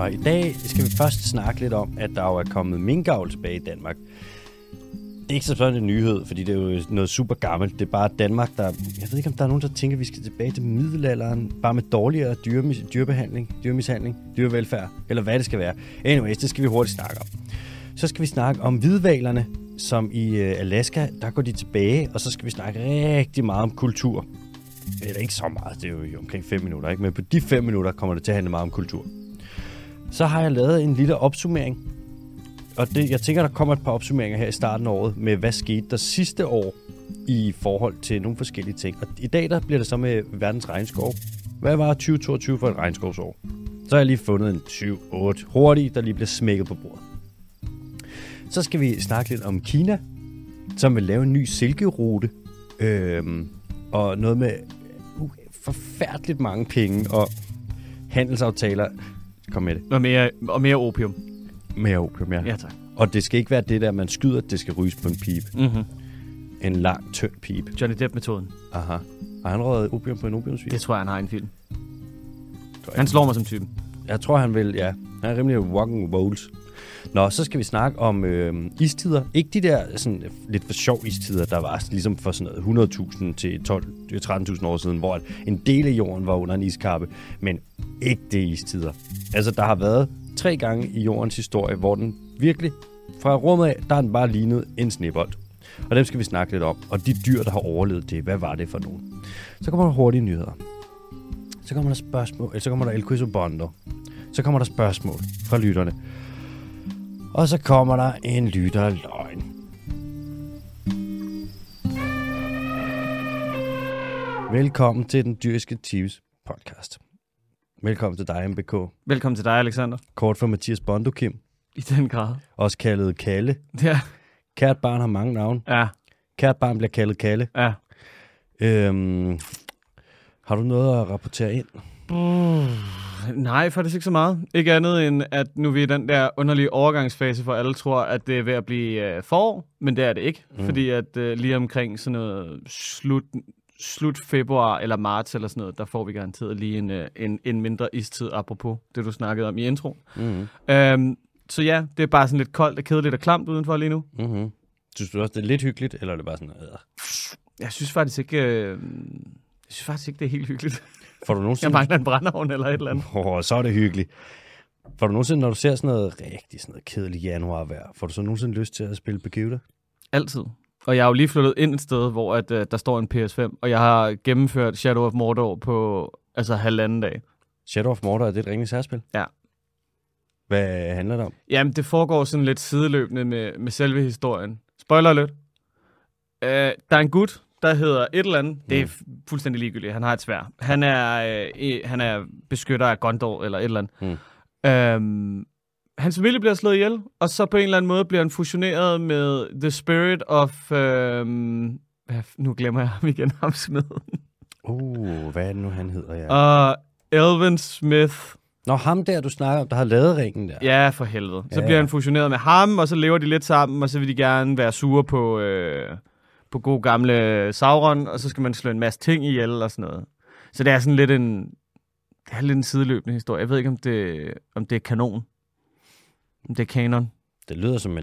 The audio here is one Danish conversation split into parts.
Og i dag skal vi først snakke lidt om, at der jo er kommet minkavl tilbage i Danmark. Det er ikke sådan en nyhed, fordi det er jo noget super gammelt. Det er bare Danmark, der... Jeg ved ikke, om der er nogen, der tænker, at vi skal tilbage til middelalderen, bare med dårligere dyremishandling, dyrevelfærd, eller hvad det skal være. Anyways, det skal vi hurtigt snakke om. Så skal vi snakke om hvidhvalerne, som i Alaska, der går de tilbage, og så skal vi snakke rigtig meget om kultur. Eller ikke så meget, det er jo omkring 5 minutter, ikke? Men på de 5 minutter kommer det til at handle meget om kultur. Så har jeg lavet en lille opsummering. Og jeg tænker, der kommer et par opsummeringer her i starten af året med, hvad skete der sidste år i forhold til nogle forskellige ting. Og i dag der bliver det så med verdens regnskov. Hvad var 2022 for et regnskovsår? Så har jeg lige fundet en 7-8 hurtigt, der lige bliver smækket på bordet. Så skal vi snakke lidt om Kina, som vil lave en ny silkerute. Og noget med forfærdeligt mange penge og handelsaftaler. Kom med det. Og mere opium. Mere opium, ja. Ja, tak. Og det skal ikke være det der, man skyder, det skal ryges på en pipe. Mm-hmm. En lang, tynd pipe. Johnny Depp-metoden. Aha. Har han røget opium på en opiumsvin? Det tror jeg, han har i en film. Han slår mig som typen. Jeg tror, han vil, ja. Han er rimelig walking walls. Nå, så skal vi snakke om istider. Ikke de der sådan, lidt for sjov istider, der var ligesom for sådan noget 100.000 til 13.000 år siden, hvor en del af jorden var under en iskappe, men ikke det istider. Altså, der har været 3 gange i jordens historie, hvor den virkelig, fra rummet af, der er den bare lignet en snebold. Og dem skal vi snakke lidt om. Og de dyr, der har overlevet det, hvad var det for nogen? Så kommer der hurtige nyheder. Så kommer der spørgsmål, eller så kommer der El Quiz Bondo. Så kommer der spørgsmål fra lytterne. Og så kommer der en lytterløgn. Velkommen til den dyriske Tives podcast. Velkommen til dig, MBK. Velkommen til dig, Alexander. Kort for Mathias Bondo, Kim. I den grad. Også kaldet Kalle. Ja. Kært barn har mange navne. Ja. Kært barn bliver kaldet Kalle. Ja. Har du noget at rapportere ind? Nej, faktisk ikke så meget. Ikke andet end, at nu er vi i den der underlige overgangsfase, hvor alle tror, at det er ved at blive forår, men det er det ikke. Fordi at lige omkring sådan noget slut februar eller marts eller sådan noget, der får vi garanteret lige en mindre istid, apropos det, du snakkede om i introen. Så ja, det er bare sådan lidt koldt og kedeligt og klamt udenfor lige nu. Mm-hmm. Synes du også, det er lidt hyggeligt, eller er det bare sådan noget? Jeg synes faktisk ikke, det er helt hyggeligt. Får du nogensinde... Jeg mangler en brændeovn eller et eller andet. Så er det hyggeligt. Får du nogensinde, når du ser sådan noget rigtig sådan noget kedeligt januarvejr, får du så nogensinde lyst til at spille Computer? Altid. Og jeg er jo lige flyttet ind et sted, hvor at, der står en PS5, og jeg har gennemført Shadow of Mordor på halvanden dag. Shadow of Mordor, er det et ringeligt særspil? Ja. Hvad handler det om? Jamen, det foregår sådan lidt sideløbende med selve historien. Spoiler alert. Der er en gut, der hedder et eller andet. Det er fuldstændig ligegyldigt. Han har et sværd. Han er beskytter af Gondor eller et eller andet. Hans familie bliver slået ihjel, og så på en eller anden måde bliver han fusioneret med The Spirit of... nu glemmer jeg ham igen, ham smeden. Hvad er det nu, han hedder? Ja. Elven Smith. Nå, ham der, du snakker om, der har lavet ringen der. Ja, for helvede. Så bliver han fusioneret med ham, og så lever de lidt sammen, og så vil de gerne være sure på god gamle Sauron, og så skal man slå en masse ting ihjel og sådan noget. Så det er sådan lidt en sideløbende historie. Jeg ved ikke, om det er kanon. Om det er kanon. Det lyder som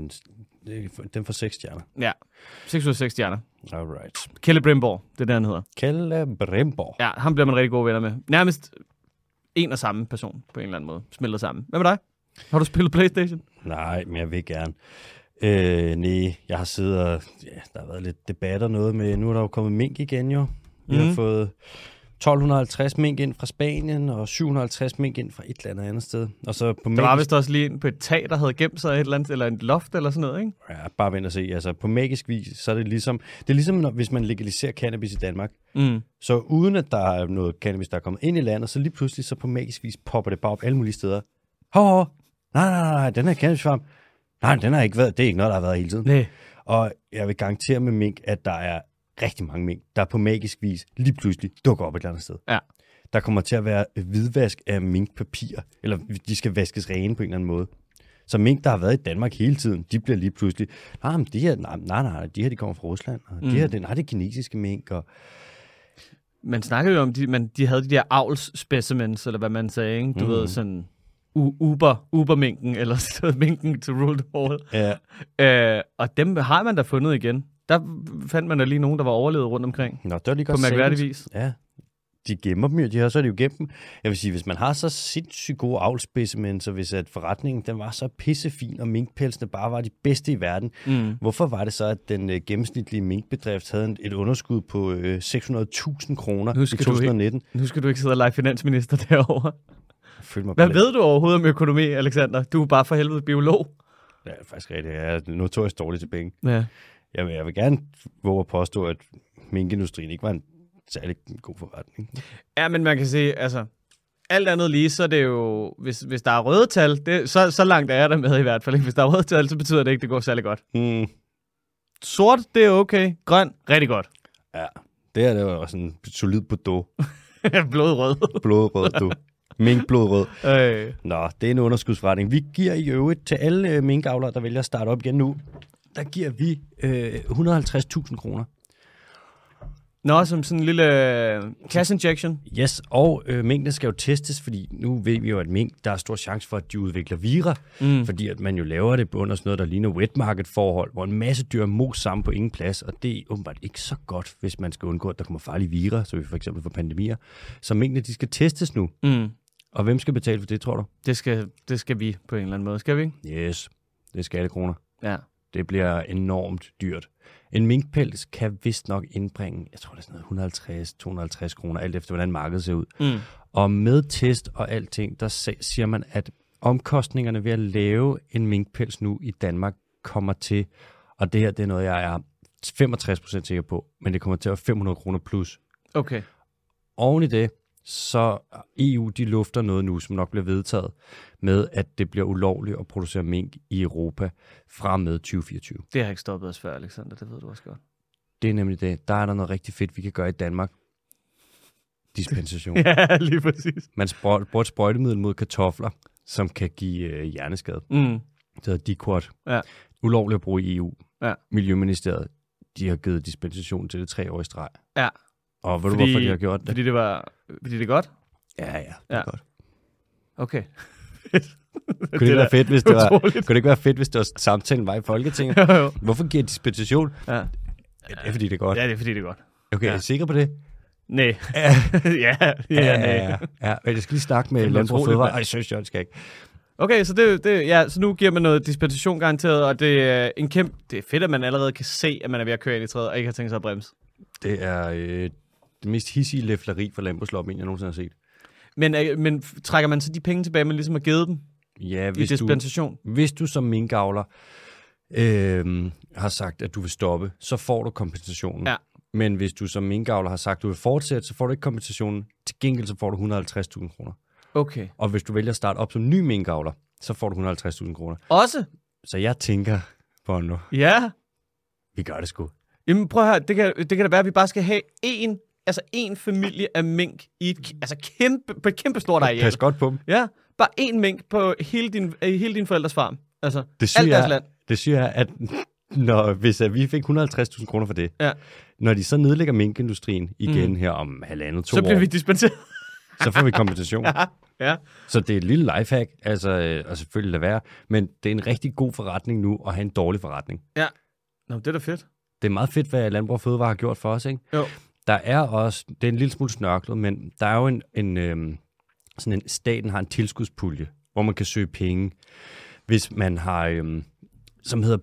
den får 6 stjerner. Ja, 6 ud af 6 stjerner. Alright. Kelle Brimborg, det er det, han hedder. Kelle Brimborg. Ja, ham bliver man rigtig gode venner med. Nærmest en og samme person på en eller anden måde. Smelter sammen. Hvad med dig? Har du spillet PlayStation? Nej, men jeg vil gerne. Nej, jeg har siddet og... Ja, der har været lidt debat og noget med... Nu er der jo kommet mink igen, jo. Vi har fået 1250 mink ind fra Spanien, og 750 mink ind fra et eller andet sted. Og så på der var vist også lige en på et tag, der havde gemt sig et eller andet, eller et loft eller sådan noget, ikke? Ja, bare vent og se. Altså, på magisk vis, så er det ligesom... Det er ligesom, hvis man legaliserer cannabis i Danmark. Så uden at der er noget cannabis, der er kommet ind i landet, så lige pludselig, så på magisk vis popper det bare op alle mulige steder. Nej, den her cannabisfarm... Nej, den har ikke været... Det er ikke noget, der har været hele tiden. Nej. Og jeg vil garantere med mink, at der er rigtig mange mink, der på magisk vis lige pludselig dukker op et eller andet sted. Ja. Der kommer til at være hvidvask af minkpapir, eller de skal vaskes rene på en eller anden måde. Så mink, der har været i Danmark hele tiden, de bliver lige pludselig, nej, de her, de kommer fra Rusland, og de her, det er kinesiske mink. Og... Man snakkede jo om, de havde de der avlsspecimens, eller hvad man sagde, ikke? Du ved, sådan Uber-minken, eller minken to rule the world. Ja. Og dem har man da fundet igen. Der fandt man da lige nogen, der var overlevet rundt omkring. Nå, det var lige På godt mærkværdig sagt. vis. Ja, de gemmer dem jo, så er de jo gemt dem. Jeg vil sige, hvis man har så sindssygt gode avlsspidsemænd, så hvis at forretningen den var så pissefin, og minkpelsene bare var de bedste i verden, hvorfor var det så, at den gennemsnitlige minkbedrift havde et underskud på 600.000 kroner i 2019? Nu skal du ikke sidde og lege finansminister derovre. Hvad ved du overhovedet om økonomi, Alexander? Du er bare for helvede biolog. Ja, faktisk rigtigt. Jeg er notorisk dårlig til penge. Ja. Jeg vil gerne våge at påstå, at minkindustrien ikke var en særlig god forretning. Ja, men man kan sige, altså, alt andet lige, så er det jo, hvis der er røde tal, så langt er jeg der med i hvert fald. Ikke? Hvis der er røde tal, så betyder det ikke, det går særlig godt. Sort, det er okay. Grøn, rigtig godt. Ja, det er jo også en solid bordeaux. Blodrød. Blodrød, du. Minkblodrød. Nå, det er en underskudsforretning. Vi giver i øvrigt til alle minkavlere, der vælger at starte op igen nu, der giver vi 150.000 kroner. Nå, som sådan en lille cash injection. Yes, og minkene skal jo testes, fordi nu ved vi jo, at mink, der er stor chance for, at de udvikler vira, fordi at man jo laver det på under sådan noget, der ligner wet market forhold, hvor en masse dyr mos sammen på ingen plads, og det er åbenbart ikke så godt, hvis man skal undgå, at der kommer farlige vira, så vi for eksempel får pandemier. Så minkene, de skal testes nu. Og hvem skal betale for det, tror du? Det skal vi på en eller anden måde, skal vi ikke? Yes, det er skattekroner. Ja. Det bliver enormt dyrt. En minkpels kan vist nok indbringe, jeg tror det er sådan noget 150-250 kroner, alt efter hvordan markedet ser ud. Og med test og alting, der siger man, at omkostningerne ved at lave en minkpels nu i Danmark kommer til, og det her det er noget, jeg er 65% sikker på, men det kommer til at være 500 kroner plus. Okay. Oven i det, så EU, de lufter noget nu, som nok bliver vedtaget, med at det bliver ulovligt at producere mink i Europa fra med 2024. Det har ikke stoppet os før, Alexander, det ved du også godt. Det er nemlig det. Der er der noget rigtig fedt, vi kan gøre i Danmark. Dispensation. Ja, lige præcis. Man bruger et sprøjtemiddel mod kartofler, som kan give hjerneskade. Det hedder Diquat. Ja. Ulovligt at bruge i EU. Ja. Miljøministeriet, de har givet dispensation til det 3 år i streg. Ja. Og ved du, hvorfor de har gjort det? Fordi det er godt? Ja, det er godt. Okay. Kunne det ikke være fedt, hvis det var, kunne det ikke være fedt, hvis det var samtalen var i Folketinget? Jo. Hvorfor giver dispensation? Ja. Det er fordi, det er godt. Ja, det er fordi, det er godt. Okay, er I sikre på det? Nej. Ja, men jeg skal lige snakke med Landbrug Fødevare. Ej, synes jeg skal ikke. Okay, så så nu giver man noget dispensation garanteret, og det er det er fedt, at man allerede kan se, at man er ved at køre ind i træet, og ikke har tænkt sig at bremse. Det er det mest hissige læfleri for landbrugslobbyen, jeg nogensinde har set. Men trækker man så de penge tilbage, man ligesom har givet dem? Ja, i dispensation? Hvis du som minkavler har sagt, at du vil stoppe, så får du kompensationen. Ja. Men hvis du som minkavler har sagt, at du vil fortsætte, så får du ikke kompensationen. Til gengæld så får du 150.000 kroner. Okay. Og hvis du vælger at starte op som ny minkavler, så får du 150.000 kroner. Også? Så jeg tænker på nu. Ja. Vi gør det sgu. Jamen prøv at høre, det kan da være, at vi bare skal have en familie af mink i på et kæmpe stort areal. Pas godt på dem. Ja, bare én mink på hele din forældres farm. Altså, alt deres land. Det siger jeg, at hvis vi fik 150.000 kroner for det, når de så nedlægger minkindustrien igen her om 1,5-2 år, så bliver vi dispenseret. Så får vi kompensation. Ja. Så det er et lille lifehack, og selvfølgelig lade være, men det er en rigtig god forretning nu at have en dårlig forretning. Ja, nå, det er da fedt. Det er meget fedt, hvad Landbrug Fødevare har gjort for os, ikke? Jo. Der er også, det er en lille smule snørklet, men der er jo staten har en tilskudspulje, hvor man kan søge penge, hvis man har, som hedder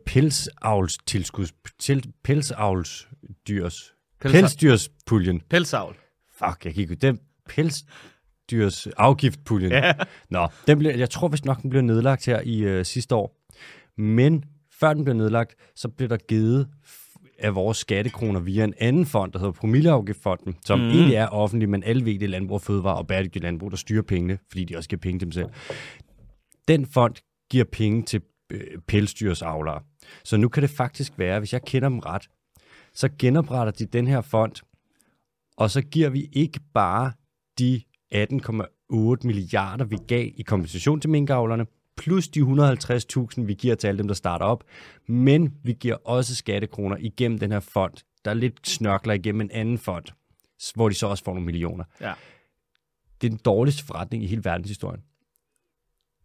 pelsdyrspuljen. Pelsavl. Fuck, jeg kigger den pelsdyrs afgiftspuljen. Ja. Nå, jeg tror vist nok, den blev nedlagt her i sidste år. Men før den blev nedlagt, så blev der givet af vores skattekroner via en anden fond, der hedder Promilleafgiftfonden, som egentlig er offentlig, men alle ved, det er Landbrug Fødevare og Bæredygtig Landbrug, der styrer pengene, fordi de også giver penge til dem selv. Den fond giver penge til pelsdyrsavlere. Så nu kan det faktisk være, hvis jeg kender dem ret, så genopretter de den her fond, og så giver vi ikke bare de 18,8 milliarder, vi gav i kompensation til minkavlerne, plus de 150.000, vi giver til alle dem, der starter op. Men vi giver også skattekroner igennem den her fond, der lidt snørkler igennem en anden fond, hvor de så også får nogle millioner. Ja. Det er den dårligste forretning i hele verdenshistorien.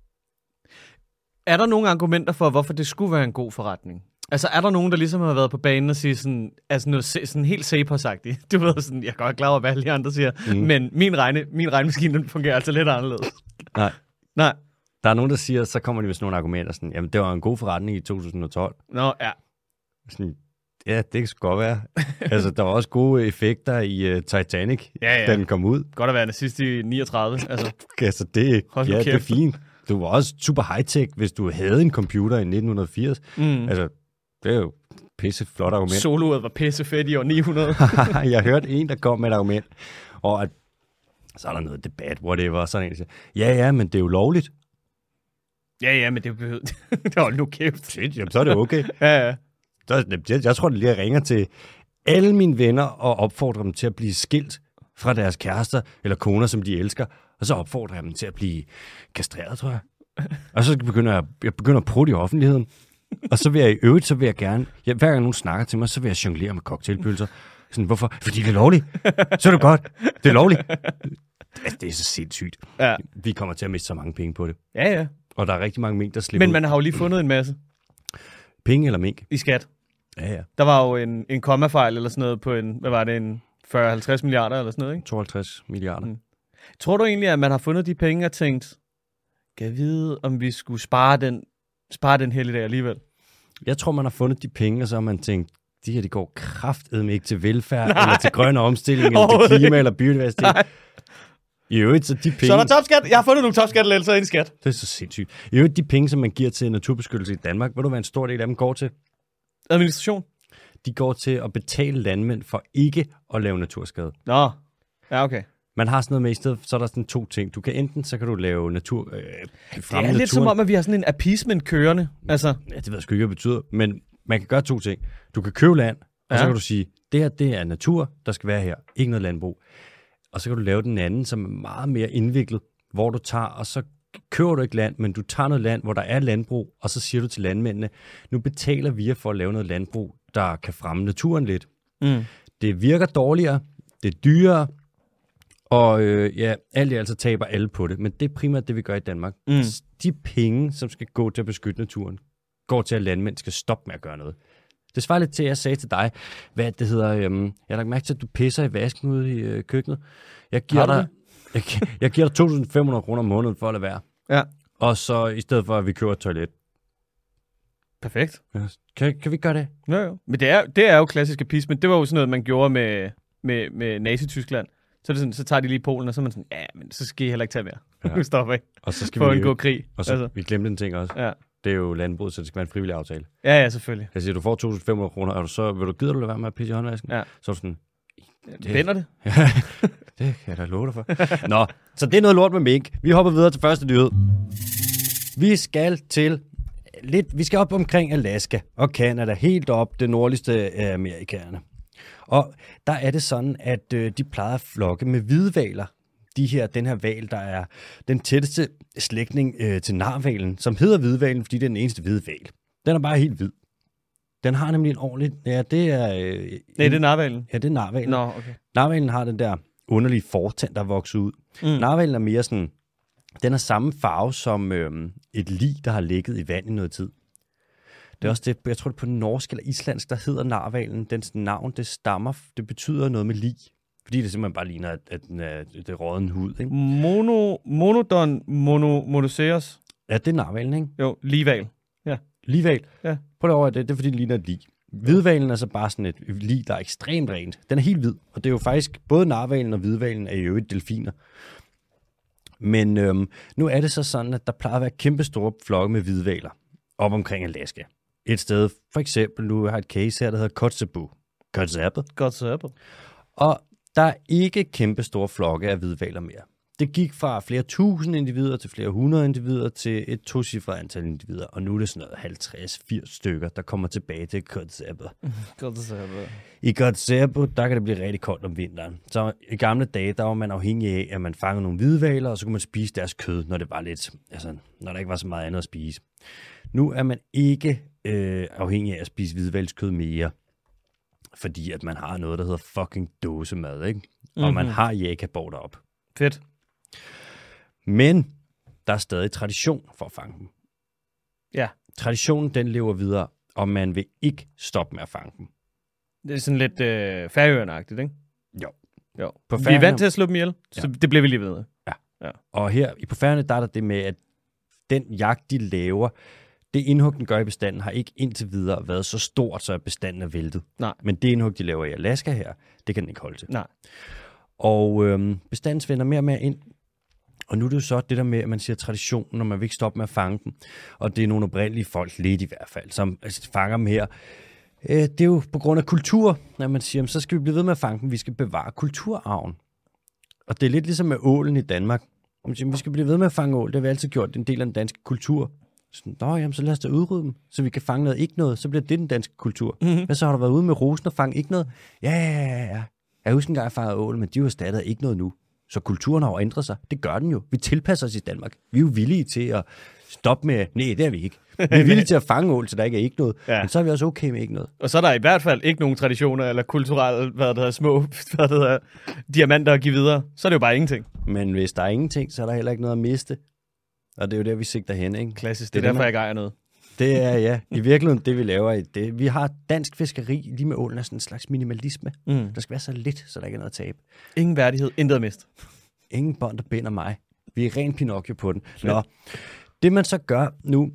Er der nogle argumenter for, hvorfor det skulle være en god forretning? Altså, er der nogen, der ligesom har været på banen og siger sådan, altså noget sådan helt Cepos-agtigt? Du ved sådan, jeg er godt klar over, hvad alle de andre siger, men min regnemaskine, den fungerer altså lidt anderledes. Nej. Der er nogen, der siger, så kommer de med sådan nogle argumenter, sådan, jamen, det var en god forretning i 2012. Nå, ja. Sådan, ja, det kan sgu godt være. Altså, der var også gode effekter i Titanic, da den kom ud. Godt at være nazist i 39, altså. Altså, det er fint. Du var også super high-tech, hvis du havde en computer i 1980. Altså, det er jo pisse flot argument. Soloet var pisse fedt i år 900. Jeg hørte en, der kom med et argument, og at, så er der noget debat, whatever, sådan en, der siger, ja, men det er jo lovligt. Ja, men det behøver... det var nu kæft. Jamen, så er det okay. Ja. Jeg tror, det lige ringer til alle mine venner og opfordrer dem til at blive skilt fra deres kærester eller koner, som de elsker, og så opfordrer jeg dem til at blive kastreret, tror jeg. Og så begynder jeg at prutte i offentligheden. Og så vil jeg i øvrigt, så vil jeg gerne, hver gang nogen snakker til mig, så vil jeg jonglere med cocktailpølser. Sådan, hvorfor? Fordi det er lovligt. Så er det godt. Det er lovligt. Det er så sindssygt. Ja. Vi kommer til at miste så mange penge på det. Ja. Og der er rigtig mange mink, der slipper Men man har jo lige fundet en masse. Penge eller mink? I skat. Ja. Der var jo en kommafejl eller sådan noget på en 40-50 milliarder eller sådan noget, ikke? 52 milliarder. Tror du egentlig, at man har fundet de penge og tænkt, kan jeg vide, om vi skulle spare den helligdag alligevel? Jeg tror, man har fundet de penge, og så har man tænkt, de her, de går kraftedme ikke til velfærd, eller til grøn omstilling, eller til klima, eller biodiversitet. Nej. I øvrigt, så de penge... Så er der topskat. Jeg har fundet nogle topskattelettelser ind i skat. Det er så sindssygt. I øvrigt, de penge, som man giver til naturbeskyttelse i Danmark, ved du, hvad en stor del af dem går til? Administration. De går til at betale landmænd for ikke at lave naturskade. Nå, ja, okay. Man har sådan noget med i stedet, så er der sådan to ting. Du kan enten, så kan du lave natur... det er lidt som om, at vi har sådan en appeasement kørende. Altså. Ja, det ved jeg sgu ikke, hvad det betyder. Men man kan gøre to ting. Du kan købe land, og så kan du sige, det her, det er natur, der skal være her. Ikke noget landbrug. Og så kan du lave den anden, som er meget mere indviklet, hvor du tager, og så køber du ikke land, men du tager noget land, hvor der er landbrug, og så siger du til landmændene, nu betaler vi for at lave noget landbrug, der kan fremme naturen lidt. Det virker dårligere, det er dyrere, og alt i alt så taber alle på det. Men det er primært det, vi gør i Danmark. De penge, som skal gå til at beskytte naturen, går til, at landmænd skal stoppe med at gøre noget. Det svarer lidt til, at jeg sagde til dig, hvad det hedder, jeg har lagt mærke til, at du pisser i vasken ude i køkkenet. Jeg giver dig 2.500 kroner om måneden for at lade være. Ja. Og så i stedet for, at vi køber et toilet. Perfekt. Ja. Kan vi gøre det? Jo. Men det er jo klassisk appeasement. Det var jo sådan noget, man gjorde med Nazi-Tyskland. Så, det sådan, så tager de lige Polen, og så er man sådan, ja, men så skal I heller ikke tage mere. Ja. Stop af. Og så skal for at gå krig. Og så vi glemte en ting også. Ja. Det er jo landbrug, så det skal være en frivillig aftale. Ja, selvfølgelig. Jeg siger, du får 2.500 kroner, og så gider du lade være med at pisse i håndvasken? Ja. Så er du sådan... Vender det? Det kan jeg da love dig for. Nå, så det er noget lort med mink. Vi hopper videre til første nyhed. Vi skal op omkring Alaska og Canada, helt op det nordligste af Amerikaerne. Og der er det sådan, at de plejer at flokke med hvidhvaler. Den her hval, der er den tætteste slægtning til narhvalen, som hedder hvidhvalen, fordi det er den eneste hvide hval. Den er bare helt hvid. Den har nemlig en ordentlig... Ja, det er... det er narhvalen? Ja, det er narhvalen. Nå, okay. Narhvalen har den der underlige fortand, der vokser ud. Narhvalen er mere sådan... Den har samme farve som et lig, der har ligget i vand i noget tid. Det er også det, jeg tror det på norsk eller islandsk, der hedder narhvalen. Dens navn, det betyder noget med lig. Fordi det simpelthen bare ligner, at det er råden hud, ikke? Monodon monoceros. Ja, det er narhvalen, ikke? Jo, ligval. Ja. Ligval? Ja. Prøv over det er fordi, det ligner et lig. Hvidhvalen er så bare sådan et lig, der er ekstremt rent. Den er helt hvid, og det er jo faktisk, både narhvalen og hvidhvalen er jo et delfiner. Men nu er det så sådan, at der plejer at være kæmpe store flokke med hvidhvaler op omkring Alaska. Et sted, for eksempel, nu har jeg et case her, der hedder Kotzebue. Og der er ikke kæmpe store flokke af hvidhvaler mere. Det gik fra flere tusind individer til flere hundrede individer til et tocifret antal individer. Og nu er det sådan noget 50-80 stykker, der kommer tilbage til Kotzebue. I Kotzebue, der kan det blive rigtig koldt om vinteren. Så i gamle dage, der var man afhængig af, at man fangede nogle hvidhvaler, og så kunne man spise deres kød, når det var lidt, når der ikke var så meget andet at spise. Nu er man ikke afhængig af at spise hvidhvalskød mere, fordi at man har noget, der hedder fucking dåsemad, ikke? Og man har jægerbord op. Fedt. Men der er stadig tradition for at fange dem. Ja. Traditionen, den lever videre, og man vil ikke stoppe med at fange dem. Det er sådan lidt Færøerne-agtigt, ikke? Jo. Vi er vant til at slå dem ihjel, så det bliver vi lige ved med. Ja. Og her på Færøerne, der er der det med, at den jagt, de laver, det indhug, den gør i bestanden, har ikke indtil videre været så stort, så bestanden er væltet. Nej. Men det indhug, de laver i Alaska her, det kan den ikke holde til. Nej. Og bestanden svender mere og mere ind. Og nu er det jo så det der med, at man siger traditionen, og man vil ikke stoppe med at fange dem. Og det er nogle oprindelige folk, lidt i hvert fald, som fanger dem her. Det er jo på grund af kultur, når man siger, så skal vi blive ved med at fange dem. Vi skal bevare kulturarven. Og det er lidt ligesom med ålen i Danmark. Man siger, vi skal blive ved med at fange ål. Det har vi altid gjort. Det er en del af den danske kultur. Så lad os da udrydde dem, så vi kan fange noget ikke noget. Så bliver det den danske kultur. Mm-hmm. Hvad så har du været ude med rosen og fange ikke noget? Ja. Jeg husker engang, jeg fangede ål, men de var stadig ikke noget nu. Så kulturen har jo ændret sig. Det gør den jo. Vi tilpasser os i Danmark. Vi er jo villige til at stoppe med... Nej, det er vi ikke. Vi er villige til at fange ål, så der ikke er ikke noget. Ja. Men så er vi også okay med ikke noget. Og så er der i hvert fald ikke nogen traditioner eller kulturelle, små diamanter at give videre. Så er det jo bare ingenting. Men hvis der er ingenting, så er der heller ikke noget at miste. Og det er jo der, vi sigter hen, ikke? Klassisk. Det er derfor, jeg ikke ejer noget. Det er, ja. I virkeligheden, det vi laver i det. Vi har dansk fiskeri, lige med ålen, er sådan en slags minimalisme. Der skal være så lidt, så der ikke er noget at tabe. Ingen værdighed, intet at miste. Ingen bånd, der binder mig. Vi er ren Pinocchio på den. Nå, det man så gør nu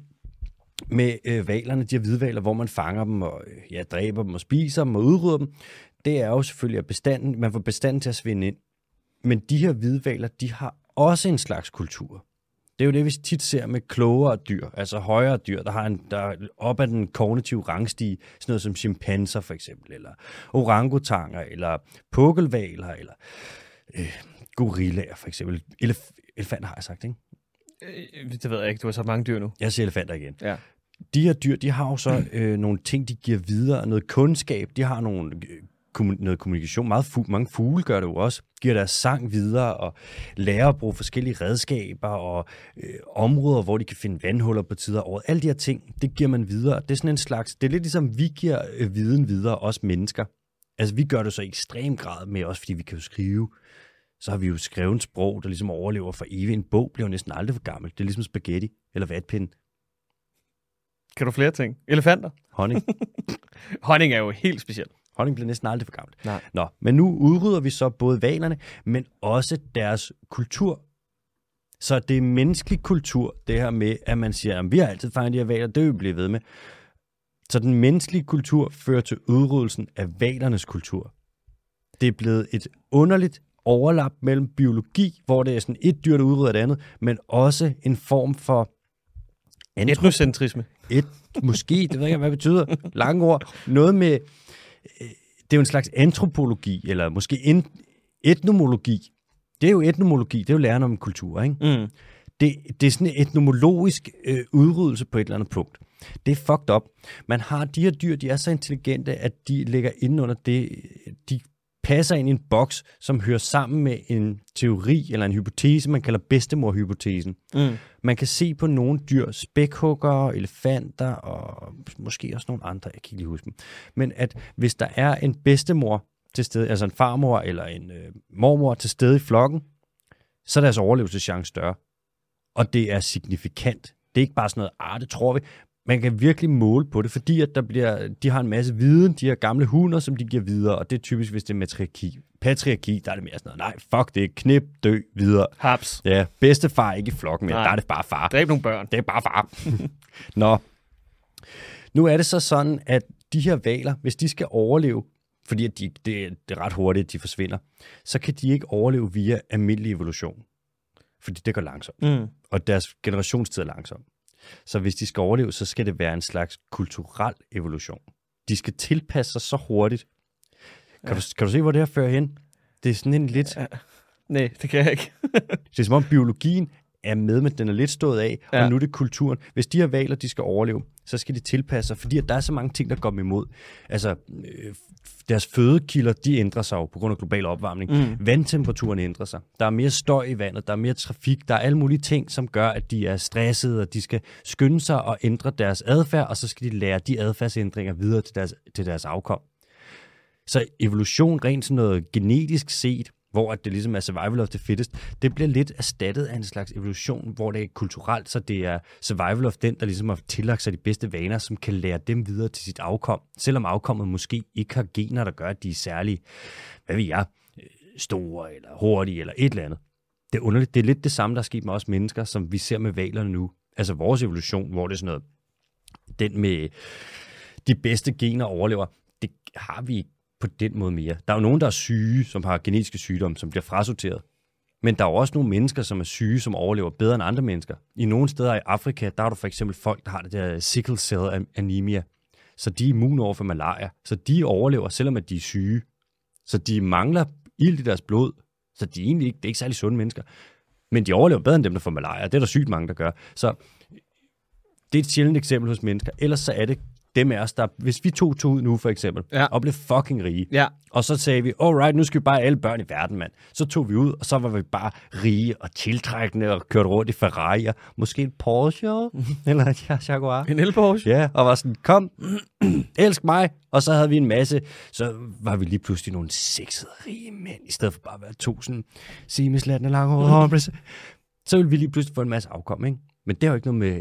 med hvalerne, de her hvidhvaler, hvor man fanger dem og dræber dem og spiser dem og udrydder dem, det er jo selvfølgelig, at man får bestanden til at svinde ind. Men de her hvidhvaler, de har også en slags kultur. Det er jo det, vi tit ser med klogere dyr, altså højere dyr, der er op ad den kognitive rangstige, sådan noget som chimpanser for eksempel, eller orangutanger, eller pukkelhvaler, eller gorillaer for eksempel. Elefanter har jeg sagt, ikke? Det ved jeg ikke, du har så mange dyr nu. Jeg siger elefanter igen. Ja. De her dyr, de har jo så nogle ting, de giver videre, noget kundskab, de har noget kommunikation. Mange fugle gør det jo også. Giver deres sang videre og lærer at bruge forskellige redskaber og områder, hvor de kan finde vandhuller på tider over. Alle de her ting, det giver man videre. Det er sådan en slags, det er lidt ligesom, vi giver viden videre, os mennesker. Altså, vi gør det så i ekstrem grad med os, fordi vi kan jo skrive. Så har vi jo skrevet en sprog, der ligesom overlever for evigt. En bog bliver jo næsten aldrig for gammel. Det er ligesom spaghetti eller vatpinde. Kan du flere ting? Elefanter? Honning. Honning er jo helt specielt. Honning bliver næsten aldrig for gammelt. Nej. Nå, men nu udrydder vi så både hvalerne, men også deres kultur. Så det er menneskelig kultur, det her med, at man siger, at vi har altid fanget de her hvaler, det vil vi blive ved med. Så den menneskelige kultur fører til udryddelsen af hvalernes kultur. Det er blevet et underligt overlap mellem biologi, hvor det er sådan et dyr, der udrydder det andet, men også en form for etnocentrisme. Måske, det ved jeg ikke, hvad det betyder. Lange ord. Noget med, det er jo en slags antropologi, eller måske etnomologi. Det er jo etnomologi, det er jo læren om kultur, ikke? Mm. Det er sådan en etnomologisk udryddelse på et eller andet punkt. Det er fucked up. Man har de her dyr, de er så intelligente, at de ligger inde under det, de passer ind i en boks, som hører sammen med en teori eller en hypotese, man kalder bedstemorhypotesen. Mm. Man kan se på nogle dyr, spækhuggere, elefanter og måske også nogle andre, jeg kan ikke lige huske dem. Men at hvis der er en bedstemor til stede, altså en farmor eller en mormor til stede i flokken, så er deres overlevelseschance større. Og det er signifikant. Det er ikke bare sådan noget, det tror vi. Man kan virkelig måle på det, fordi at de har en masse viden, de her gamle hunder, som de giver videre, og det er typisk, hvis det er matriarki. Patriarki, der er det mere sådan noget, nej, fuck det, knip, dø, videre. Haps. Ja, bedstefar er ikke i flokken mere, der er det bare far. Der er ikke nogen børn. Det er bare far. Nå, nu er det så sådan, at de her hvaler, hvis de skal overleve, fordi at det er ret hurtigt, at de forsvinder, så kan de ikke overleve via almindelig evolution. Fordi det går langsomt. Mm. Og deres generationstid er langsom. Så hvis de skal overleve, så skal det være en slags kulturel evolution. De skal tilpasse sig så hurtigt. Kan du se, hvor det her fører hen? Det er sådan en lidt... Ja. Nej, det kan jeg ikke. Det er som om biologien er med, men den er lidt stået af, og nu er det kulturen. Hvis de her hvaler, de skal overleve, så skal de tilpasse sig, fordi at der er så mange ting, der går dem imod. Altså, deres fødekilder, de ændrer sig jo på grund af global opvarmning. Vandtemperaturen ændrer sig. Der er mere støj i vandet, der er mere trafik, der er alle mulige ting, som gør, at de er stressede, og de skal skynde sig og ændre deres adfærd, og så skal de lære de adfærdsændringer videre til deres afkom. Så evolution, rent sådan noget genetisk set, hvor at det ligesom er survival of the fittest, det bliver lidt erstattet af en slags evolution, hvor det er kulturelt, så det er survival of den, der ligesom har tillagt sig de bedste vaner, som kan lære dem videre til sit afkom, selvom afkommet måske ikke har gener, der gør, at de er særlige, hvad ved jeg, store eller hurtige eller et eller andet. Det er underligt. Det er lidt det samme, der er sket med os mennesker, som vi ser med hvalerne nu. Altså vores evolution, hvor det er sådan noget, den med de bedste gener overlever, det har vi ikke på den måde mere. Der er jo nogen, der er syge, som har genetiske sygdomme, som bliver frasorteret. Men der er jo også nogle mennesker, som er syge, som overlever bedre end andre mennesker. I nogle steder i Afrika, der er der for eksempel folk, der har det der sickle cell anemia. Så de er immune over for malaria. Så de overlever, selvom at de er syge. Så de mangler ilt i deres blod. Så de er egentlig ikke, det er ikke særlig sunde mennesker. Men de overlever bedre end dem, der får malaria. Det er der sygt mange, der gør. Så det er et sjældent eksempel hos mennesker. Ellers så er det dem af os, der, hvis vi tog ud nu for eksempel, og blev fucking rige, og så sagde vi, alright, nu skal vi bare alle børn i verden, mand. Så tog vi ud, og så var vi bare rige og tiltrækkende og kørte rundt i Ferrari'er. Måske en Porsche, eller en Jaguar. En el-Porsche. Ja, og var sådan, kom, elsk mig. Og så havde vi en masse, så var vi lige pludselig nogle sexede rige mænd, i stedet for bare at være 1000 semislattende lange. Så ville vi lige pludselig få en masse afkom, ikke? Men det har jo ikke noget med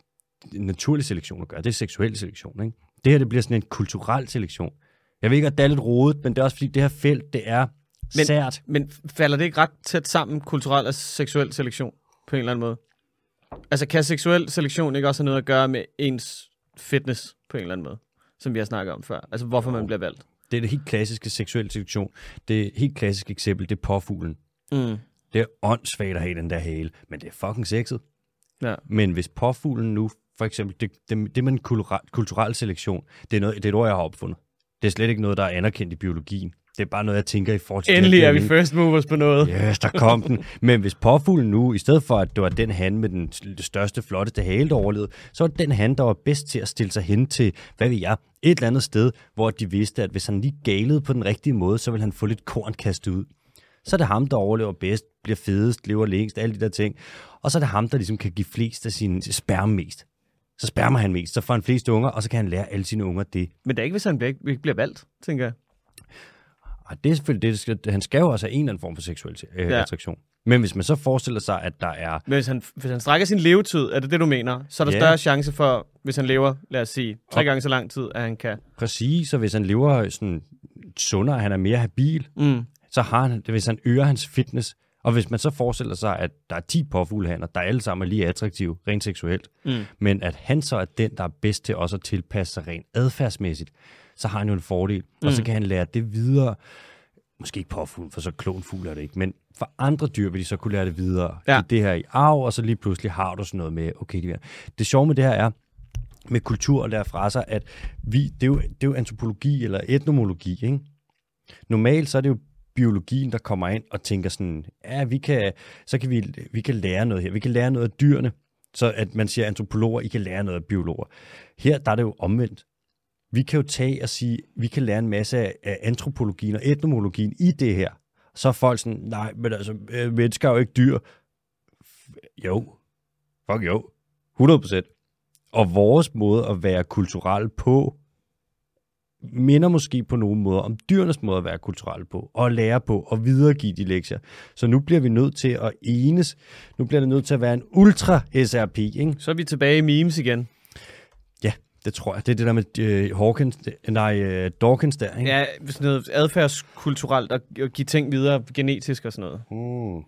naturlig selektion at gøre. Det er seksuel selektion, ikke? Det her, det bliver sådan en kulturel selektion. Jeg ved ikke, at det er lidt rodet, men det er også fordi, det her felt, det er sært. Men falder det ikke ret tæt sammen, kulturel og seksuel selektion, på en eller anden måde? Altså, kan seksuel selektion ikke også have noget at gøre med ens fitness, på en eller anden måde? Som vi har snakket om før. Altså, hvorfor man bliver valgt. Det er det helt klassiske seksuel selektion. Det helt klassiske eksempel, det er påfuglen. Det er åndssvagt at have den der hale, men det er fucking sexet. Ja. Men hvis påfuglen nu, for eksempel, det med en kulturel selektion, det er et ord, jeg har opfundet. Det er slet ikke noget, der er anerkendt i biologien. Det er bare noget, jeg tænker i forhold til... Endelig er vi first movers på noget. Yes, der kom den. Men hvis påfuglen nu, i stedet for at det var den han med den største, flotteste hale, der overlevede, så var det den han, der var bedst til at stille sig hen til, hvad ved jeg, et eller andet sted, hvor de vidste, at hvis han lige galede på den rigtige måde, så ville han få lidt korn kastet ud. Så er det ham, der overlever bedst, bliver fedest, lever længst, alle de der ting. Og så er det ham, der ligesom kan give flest af sine sperme mest. Så spermer han mest, så får han flest unger, og så kan han lære alle sine unger det. Men det er ikke, hvis han ikke bliver valgt, tænker jeg. Og det er selvfølgelig det, han skal jo også have en eller anden form for seksuel attraktion. Men hvis man så forestiller sig, at der er... Men hvis han strækker sin levetid, er det du mener? Så er der større chance for, hvis han lever, lad os sige, 3 gange så lang tid, at han kan... Præcis, så hvis han lever sådan sundere, han er mere habil, så har han, hvis han øger hans fitness, og hvis man så forestiller sig, at der er 10 påfuglehanner, der alle sammen er lige attraktive, rent seksuelt, men at han så er den, der er bedst til også at tilpasse sig rent adfærdsmæssigt, så har han jo en fordel, og så kan han lære det videre. Måske ikke påfuglen, for så klonfugl er det ikke, men for andre dyr vil de så kunne lære det videre. Det her i arv, og så lige pludselig har du sådan noget med, okay, det sjove med det her er, med kultur og lære fra sig, at det er jo antropologi eller etnomologi, ikke? Normalt så er det jo biologien, der kommer ind og tænker sådan, ja, vi kan lære noget her. Vi kan lære noget af dyrene, så at man siger antropologer, I kan lære noget af biologer. Her der er det jo omvendt. Vi kan jo tage og sige, vi kan lære en masse af antropologien og etnomologien i det her. Så er folk sådan, nej, men altså, mennesker er jo ikke dyr. Jo. Fuck jo. 100%. Og vores måde at være kulturelle på, minder måske på nogle måder om dyrenes måde at være kulturelle på, og lære på, og videregive de lektier. Så nu bliver vi nødt til at enes. Nu bliver det nødt til at være en ultra-SRP, ikke? Så er vi tilbage i memes igen. Ja, det tror jeg. Det er det der med Dawkins der, ikke? Ja, sådan noget adfærdskulturelt, at give ting videre genetisk og sådan noget.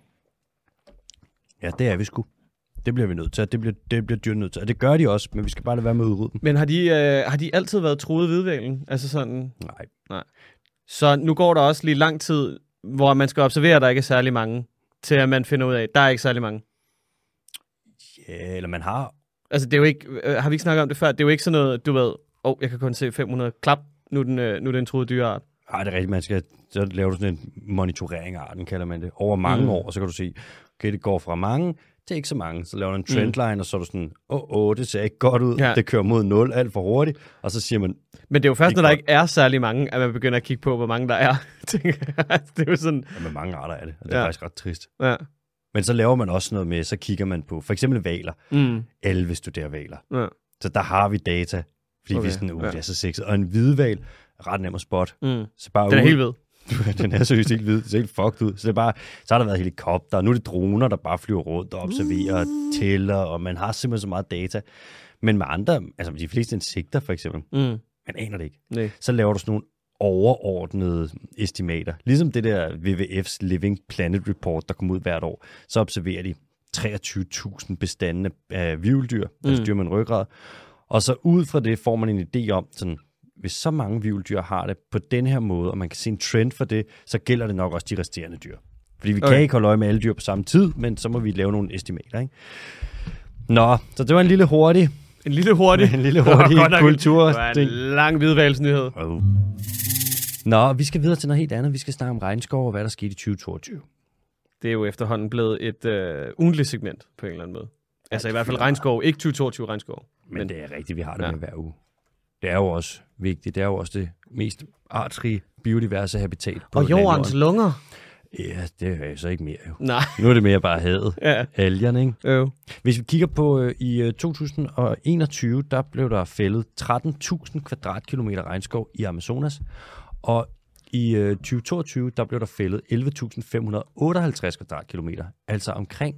Ja, det er vi sgu. Det bliver vi nødt til. Det bliver dyr nødt til. Og det gør de også, men vi skal bare lade være med at udrydde dem. Men har de altid været truet hvidvælen? Altså sådan... Nej. Så nu går der også lige lang tid, hvor man skal observere, at der ikke er særlig mange, til at man finder ud af, at der er ikke særlig mange. Ja, eller man har... Altså, det er jo ikke... har vi ikke snakket om det før? Det er jo ikke sådan noget, du ved... jeg kan kun se 500 klap. Nu er det en truet dyreart. Nej, det er rigtigt. Så laver du sådan en monitorering af arten, kalder man det. Over mange år, og så kan du sige, okay, det går fra mange... til ikke så mange. Så laver du en trendline, og så er du sådan, det ser ikke godt ud. Ja. Det kører mod 0 alt for hurtigt. Og så siger man... Men det er jo først, når der ikke er særlig mange, at man begynder at kigge på, hvor mange der er. Det er jo sådan... Ja, med mange arter er det. Og det er faktisk ret trist. Ja. Men så laver man også noget med, så kigger man på, for eksempel hvaler. Alle vil studere hvaler. Ja. Så der har vi data, fordi vi er sådan, det er så sexet. Og en hvidhval er ret nem at spotte. Så bare den er helt ved. Den er seriøst ikke hvid. Det ser helt fucked ud. Så, så har der været helikopter, og nu er det droner, der bare flyver rundt og observerer og tæller, og man har simpelthen så meget data. Men med andre, altså de fleste insekter for eksempel, man aner det ikke. Nej. Så laver du sådan nogle overordnede estimater. Ligesom det der WWF's Living Planet Report, der kommer ud hvert år, så observerer de 23.000 bestande af hvirveldyr, altså dyr med en ryggrad. Og så ud fra det får man en idé om, sådan, hvis så mange hvirveldyr har det på den her måde, og man kan se en trend for det, så gælder det nok også de resterende dyr. Fordi vi kan ikke holde øje med alle dyr på samme tid, men så må vi lave nogle estimater, ikke? Nå, så det var en lille hurtig kultur. Det var en lang hvidvalgsnyhed. Nå, vi skal videre til noget helt andet. Vi skal snakke om regnskov og hvad der skete i 2022. Det er jo efterhånden blevet et ugentligt segment på en eller anden måde. Altså i hvert fald regnskov, ikke 2022 regnskov. Men det er rigtigt, vi har det med hver uge. Det er jo også vigtigt. Det er jo også det mest artsrige biodiverse habitat på og jordens lunger. Ja, det er så ikke mere jo. Nej. Nu er det mere bare havet. Ja. Algerne, ikke? Hvis vi kigger på i 2021, der blev der fældet 13.000 kvadratkilometer regnskov i Amazonas. Og i 2022, der blev der fældet 11.558 kvadratkilometer. Altså omkring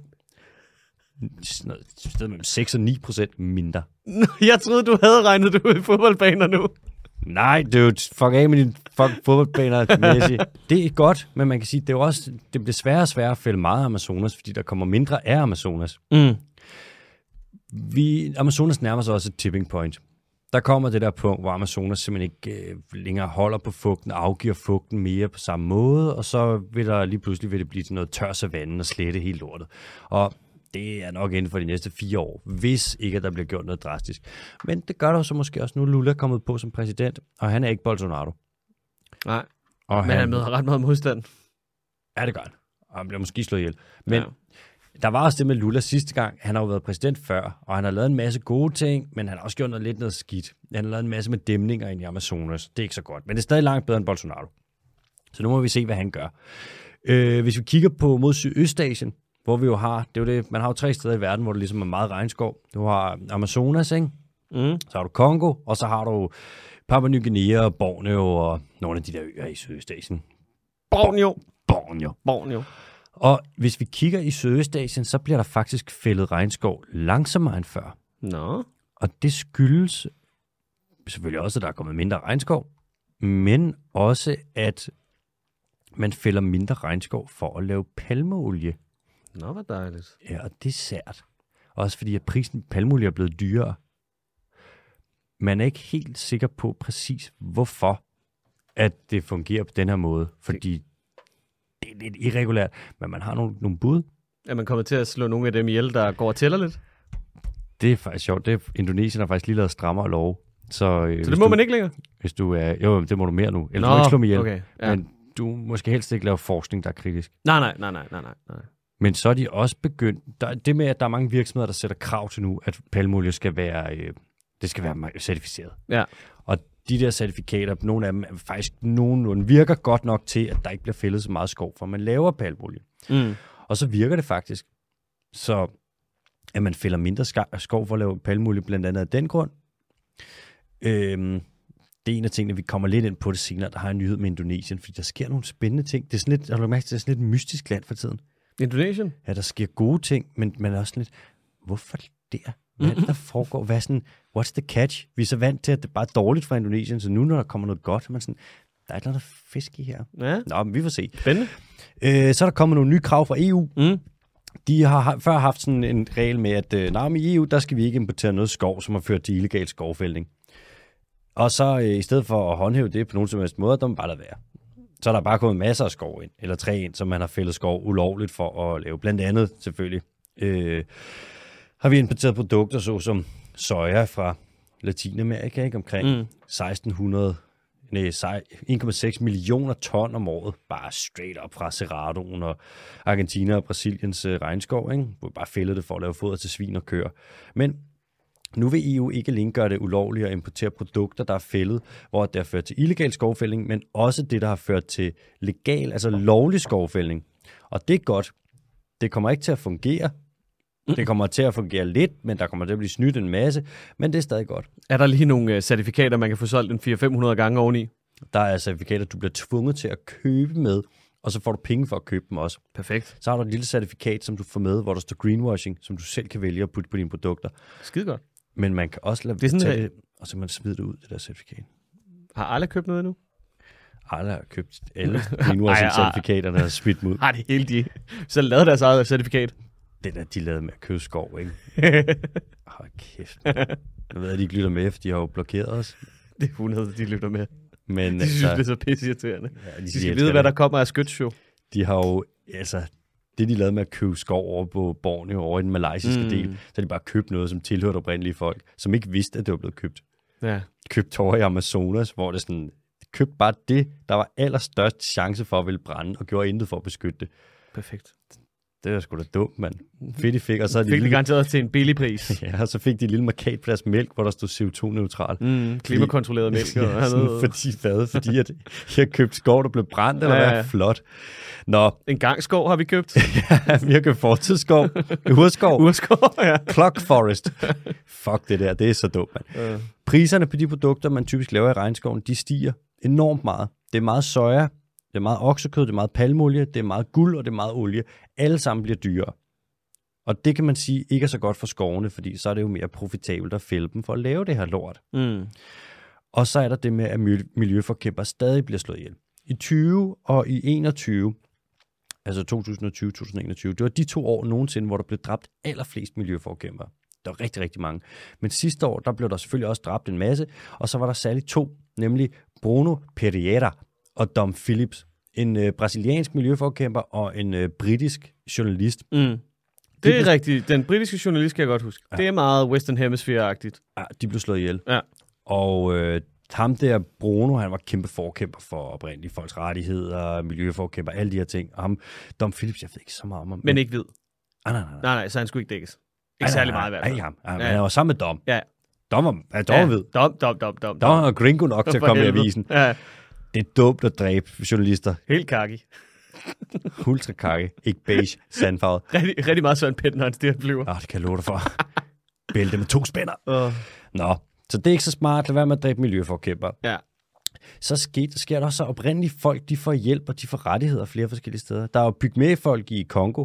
mellem 6 og 9% mindre. Jeg troede, du havde regnet det ud i fodboldbaner nu. Nej, det er jo fuck af med dine fodboldbaner, Messi. Det er godt, men man kan sige, det bliver sværere og sværere at fælde meget af Amazonas, fordi der kommer mindre af Amazonas. Amazonas nærmer sig også et tipping point. Der kommer det der punkt, hvor Amazonas simpelthen ikke længere holder på fugten, afgiver fugten mere på samme måde, og så vil det blive til noget tør savanne og slette helt lortet. Og det er nok inden for de næste 4 år, hvis ikke der bliver gjort noget drastisk. Men det gør der så måske også nu. Lula er kommet på som præsident, og han er ikke Bolsonaro. Nej, og men han møder ret meget modstand. Ja, det gør han. Og han bliver måske slået ihjel. Men der var også det med Lula sidste gang. Han har jo været præsident før, og han har lavet en masse gode ting, men han har også gjort noget skidt. Han har lavet en masse med dæmninger ind i Amazonas. Det er ikke så godt, men det er stadig langt bedre end Bolsonaro. Så nu må vi se, hvad han gør. Hvis vi kigger på mod Sydøstasien, hvor vi jo har, det er jo det, man har jo 3 steder i verden, hvor det ligesom er meget regnskov. Du har Amazonas, ikke? Så har du Kongo, og så har du Papua Ny Guinea og Borneo og nogle af de der øer i Sydøstasien. Borneo. Og hvis vi kigger i Sydøstasien, så bliver der faktisk fældet regnskov langsommere end før. Nå. Og det skyldes selvfølgelig også, at der er kommet mindre regnskov, men også, at man fælder mindre regnskov for at lave palmeolie. Nå, hvor dejligt. Ja, og det er sært. Også fordi, at prisen på palmeolie er blevet dyrere. Man er ikke helt sikker på præcis, hvorfor at det fungerer på den her måde. Fordi det er lidt irregulært, men man har nogle bud. Er man kommet til at slå nogle af dem ihjel, der går og tæller lidt? Det er faktisk sjovt. Indonesien har faktisk lige lavet strammere lov. Så det må man ikke længere? Hvis du er... Jo, det må du mere nu. Eller du må ikke slå mig ihjel. Okay, ja. Men du måske helst ikke lave forskning, der er kritisk. Nej. Men så er de også begyndt... Det med, at der er mange virksomheder, der sætter krav til nu, at palmeolie skal være... det skal være certificeret. Ja. Og de der certifikater, nogle af dem er faktisk nogenlunde virker godt nok til, at der ikke bliver fældet så meget skov, for man laver palmeolie. Og så virker det faktisk. Så at man fælder mindre skov for at lave palmeolie, blandt andet af den grund. Det er en af tingene, vi kommer lidt ind på det senere, der har en nyhed med Indonesien, fordi der sker nogle spændende ting. Det er sådan lidt, har du mærket, det er sådan lidt mystisk land for tiden. Indonesien? Ja, der sker gode ting, men man er også lidt, hvorfor der? Hvad der foregår? Hvad sådan, what's the catch? Vi er så vant til, at det bare er dårligt fra Indonesien, så nu, når der kommer noget godt, man sådan, der er et eller andet fisk i her. Ja. Nå, men vi får se. Spændende. Så er der kommet nogle nye krav fra EU. De har før haft sådan en regel med, at i EU, der skal vi ikke importere noget skov, som har ført til illegal skovfældning. Og så i stedet for at håndhæve det på nogen som helst måde, der må bare lade være. Så er der bare kommet masser af skov ind, eller træ ind, som man har fældet skov ulovligt for at lave. Blandt andet selvfølgelig har vi importeret produkter såsom soja fra Latinamerika, ikke? Omkring 1,6 millioner ton om året, bare straight up fra Cerradoen og Argentina og Brasiliens regnskov, ikke? Hvor vi bare fældede det for at lave foder til svin og køer. Men nu vil EU ikke alene gøre det ulovligt at importere produkter, der er fældet, hvor det har ført til illegal skovfældning, men også det, der har ført til legal, altså lovlig skovfældning. Og det er godt. Det kommer ikke til at fungere. Det kommer til at fungere lidt, men der kommer til at blive snydt en masse, men det er stadig godt. Er der lige nogle certifikater, man kan få solgt en 400-500 gange oveni? Der er certifikater, du bliver tvunget til at købe med, og så får du penge for at købe dem også. Perfekt. Så har du et lille certifikat, som du får med, hvor der står greenwashing, som du selv kan vælge at putte på dine produkter. Skide godt. Men man kan også lade Det er sådan, tage det, og så man smide det ud, det der certifikat. Har Arla købt noget endnu? Alle har købt alle greenwashing-certifikaterne og smidt dem ud. Har de hele de så lavet deres eget certifikat? Den er de lavet med at købe skov, ikke? Hold kæft. Jeg ved, at de ikke lytter med, for de har jo blokeret os. Det er 100, de lytter med. Men, De synes, det er så pisseirriterende. Ja, De skal vide, hvad der kommer af skytsshow. De har jo, altså, det de lavede med at købe skov over på Borneo, over i den malaysiske del, så har de bare købt noget, som tilhørte oprindelige folk, som ikke vidste, at det var blevet købt. Ja. Købt over i Amazonas, hvor det sådan, købte bare det, der var allerstørst chance for at ville brænde, og gjorde intet for at beskytte det. Perfekt. Det var sgu da dumt, mand. Fedt, de fik, og så Fik de garanteret til en billig pris. Ja, og så fik de en lille markat på deres mælk, hvor der stod CO2-neutral. Klimakontrolleret mælk. Ja, fordi at jeg har købt skov, der blev brændt, eller hvad? Flot. Nå. En gang skov har vi købt. Ja, vi har købt fortidsskov. Urskov. Urskov, ja. Clock Forest. Fuck det der, det er så dumt, mand. Priserne på de produkter, man typisk laver i regnskoven, de stiger enormt meget. Det er meget soja, det er meget oksekød, det er meget palmolie, det er meget guld, og det er meget olie. Alle sammen bliver dyrere. Og det kan man sige ikke er så godt for skovene, fordi så er det jo mere profitabelt at fælde dem for at lave det her lort. Og så er der det med, at miljøforkæmper stadig bliver slået ihjel. I 20 og i 21, altså 2020-2021, det var de 2 år nogensinde, hvor der blev dræbt allerflest miljøforkæmper. Der var rigtig, rigtig mange. Men sidste år, der blev der selvfølgelig også dræbt en masse, og så var der særligt 2, nemlig Bruno Pereira og Dom Phillips. En brasiliansk miljøforkæmper og en britisk journalist. Det er rigtigt. Den britiske journalist kan jeg godt huske. Ja. Det er meget Western Hemisphere-agtigt. Ja, de blev slået ihjel. Ja. Og ham der, Bruno, han var kæmpe forkæmper for oprindelige folks rettigheder, miljøforkæmper, alle de her ting. Og ham, Dom Phillips, jeg ved ikke så meget om ham. Men ikke hvid. Nej, så han skulle ikke dækkes. Ikke særlig meget i hvert fald. Han var sammen med Dom. Ja. Dom var hvid. Dom. Dom var gringo nok til at komme i avisen. Ja. Det er dumt at dræbe journalister. Helt kaki. Ultra kaki. Ikke beige, sandfarvet. Rigtig meget Søren Pind, når han stiger flyver. Det kan jeg love dig for. Bælte med 2 spænder. Nå, så det er ikke så smart. Lad være med at dræbe miljøforkæmper. Ja. Så sker der også så oprindelige folk, de får hjælp, og de får rettigheder flere forskellige steder. Der er jo pygmæfolk i Kongo.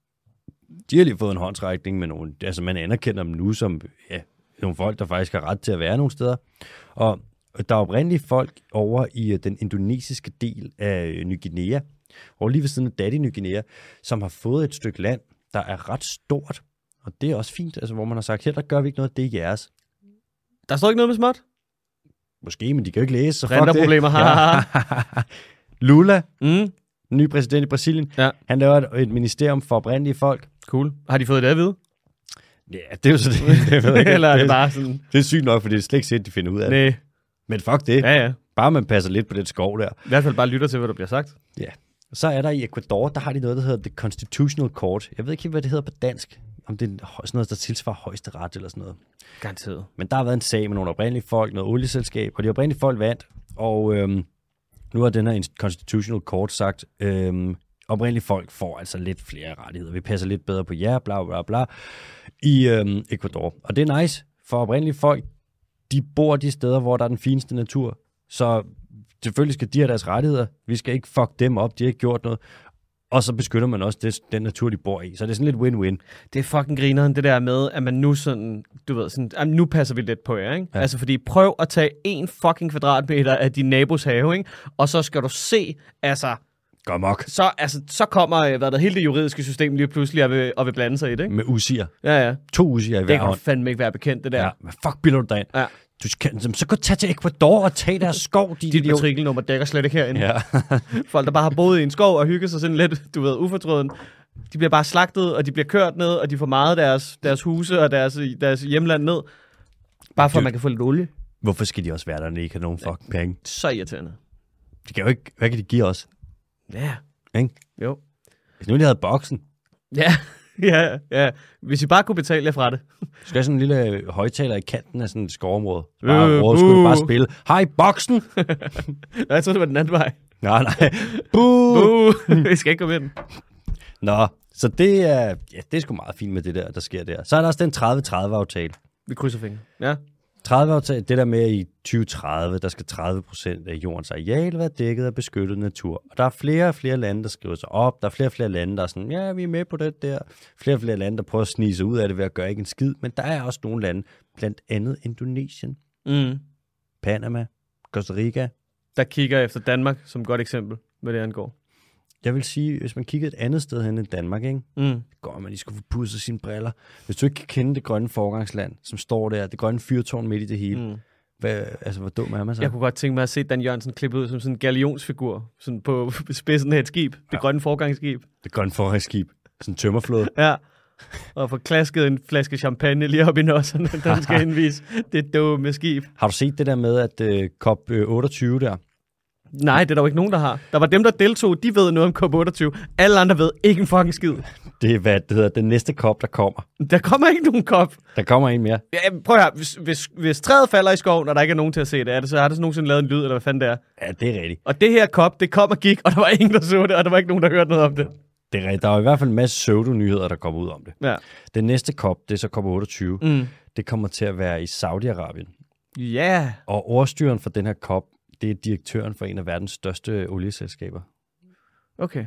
De har lige fået en håndsrækning med nogle, altså man anerkender dem nu som nogle folk, der faktisk har ret til at være nogle steder. Og der er oprindelige folk over i den indonesiske del af Ny Guinea, og lige ved siden af Daddy Ny Guinea, som har fået et stykke land, der er ret stort. Og det er også fint, altså hvor man har sagt, her der gør vi ikke noget, det er jeres. Der står ikke noget med småt? Måske, men de kan jo ikke læse, så fuck det. Problemer. Ja. Lula, ny præsident i Brasilien, han laver et ministerium for oprindelige folk. Cool. Har de fået det at vide? Ja, det er jo så det. Jeg ved ikke, eller er det bare sådan? Det er sygt nok, for det er slet ikke set, de finder ud af det. Nej. Men fuck det. Ja. Bare man passer lidt på det skov der. I hvert fald bare lytter til, hvad der bliver sagt. Ja. Så er der i Ecuador, der har de noget, der hedder The Constitutional Court. Jeg ved ikke, hvad det hedder på dansk. Om det er sådan noget, der tilsvarer højesteret eller sådan noget. Garanteret. Men der har været en sag med nogle oprindelige folk, noget olieselskab, og de oprindelige folk vandt. Og nu har den her Constitutional Court sagt, oprindelige folk får altså lidt flere rettigheder. Vi passer lidt bedre på jer, bla bla bla, i Ecuador. Og det er nice, for oprindelige folk, de bor de steder, hvor der er den fineste natur. Så selvfølgelig skal de have deres rettigheder. Vi skal ikke fuck dem op, de har ikke gjort noget. Og så beskytter man også den natur, de bor i. Så det er sådan lidt win-win. Det er fucking grineren, det der med, at man nu sådan, du ved, sådan, nu passer vi lidt på jer, ikke? Ja. Altså, fordi prøv at tage 1 fucking kvadratmeter af din nabos have, ikke? Og så skal du se, altså... Gå mok. Så kommer hele det juridiske system lige pludselig og vil blande sig i det, ikke? Med usiger. Ja. 2 usiger i hver hånd. Det kan fandme ikke være bekendt, det der. Ja, men fuck bilder du dig ind? Ja. Så gå tage til Ecuador og tage deres skov. Dit matrikelnummer dækker slet ikke herinde. Ja. Folk, der bare har boet i en skov og hygget sig sådan lidt, du ved, ufortrøden. De bliver bare slagtet, og de bliver kørt ned, og de får meget deres huse og deres hjemland ned. Bare for, at man kan få lidt olie. Hvorfor skal de også være der, når de ikke har nogen fucking penge? Så irriterende. De kan jo ikke... Hvad kan de give os? Ja. Ikke? Jo. Hvis nu de havde boksen. Ja. Hvis I bare kunne betale jer fra det. Du skal have sådan en lille højtaler i kanten af sådan et skovområde. Bare skulle du bare spille. Hej, boksen! Jeg troede, det var den anden vej. Nej. Buh! Vi skal ikke komme ind. Nå, så det er sgu meget fint med det der sker der. Så er der også den 30-30-aftale. Vi krydser fingre. Ja. 30-aftale, det der med i 2030, der skal 30% af jordens areal være dækket af beskyttet natur. Og der er flere og flere lande, der skriver sig op. Der er flere og flere lande, der er sådan, ja, vi er med på det der. Flere og flere lande, der prøver at snige sig ud af det ved at gøre ikke en skid. Men der er også nogle lande, blandt andet Indonesien, Panama, Costa Rica. Der kigger efter Danmark som et godt eksempel, hvad det angår. Jeg vil sige, hvis man kigger et andet sted hen end Danmark, ikke? Går man lige skulle få pudset sine briller. Hvis du ikke kan kende det grønne forgangsland, som står der, det grønne fyrtårn midt i det hele, hvor dum er man så? Jeg kunne godt tænke mig at se Dan Jørgensen klippe ud som sådan en galionsfigur, sådan på spidsen af et skib. Det grønne forgangsskib. Det grønne forgangsskib. Sådan en tømmerflåde. Ja. Og få klasket en flaske champagne lige op i nosserne, der skal indvise det dumme skib. Har du set det der med, at COP28 der? Nej, det er der jo ikke nogen, der har. Der var dem, der deltog, de ved noget om COP28. Alle andre ved ikke en fucking skid. Det er, hvad det hedder, den næste COP, der kommer. Der kommer ikke nogen COP. Der kommer en mere. Ja, prøv at høre, hvis træet falder i skoven, og der ikke er nogen til at se det, så har det så nogensinde lavet en lyd, eller hvad fanden det er? Ja, det er rigtigt. Og det her COP, det kom og gik, og der var ingen, der så det, og der var ikke nogen, der hørte noget om det. Det er rigtigt. Der er i hvert fald en masse pseudo-nyheder, der kommer ud om det. Ja. Den næste COP, det er så COP28. Det kommer til at være i Saudi-Arabien. Ja. Yeah. Og overstyren for den her COP, det er direktøren for en af verdens største olieselskaber. Okay.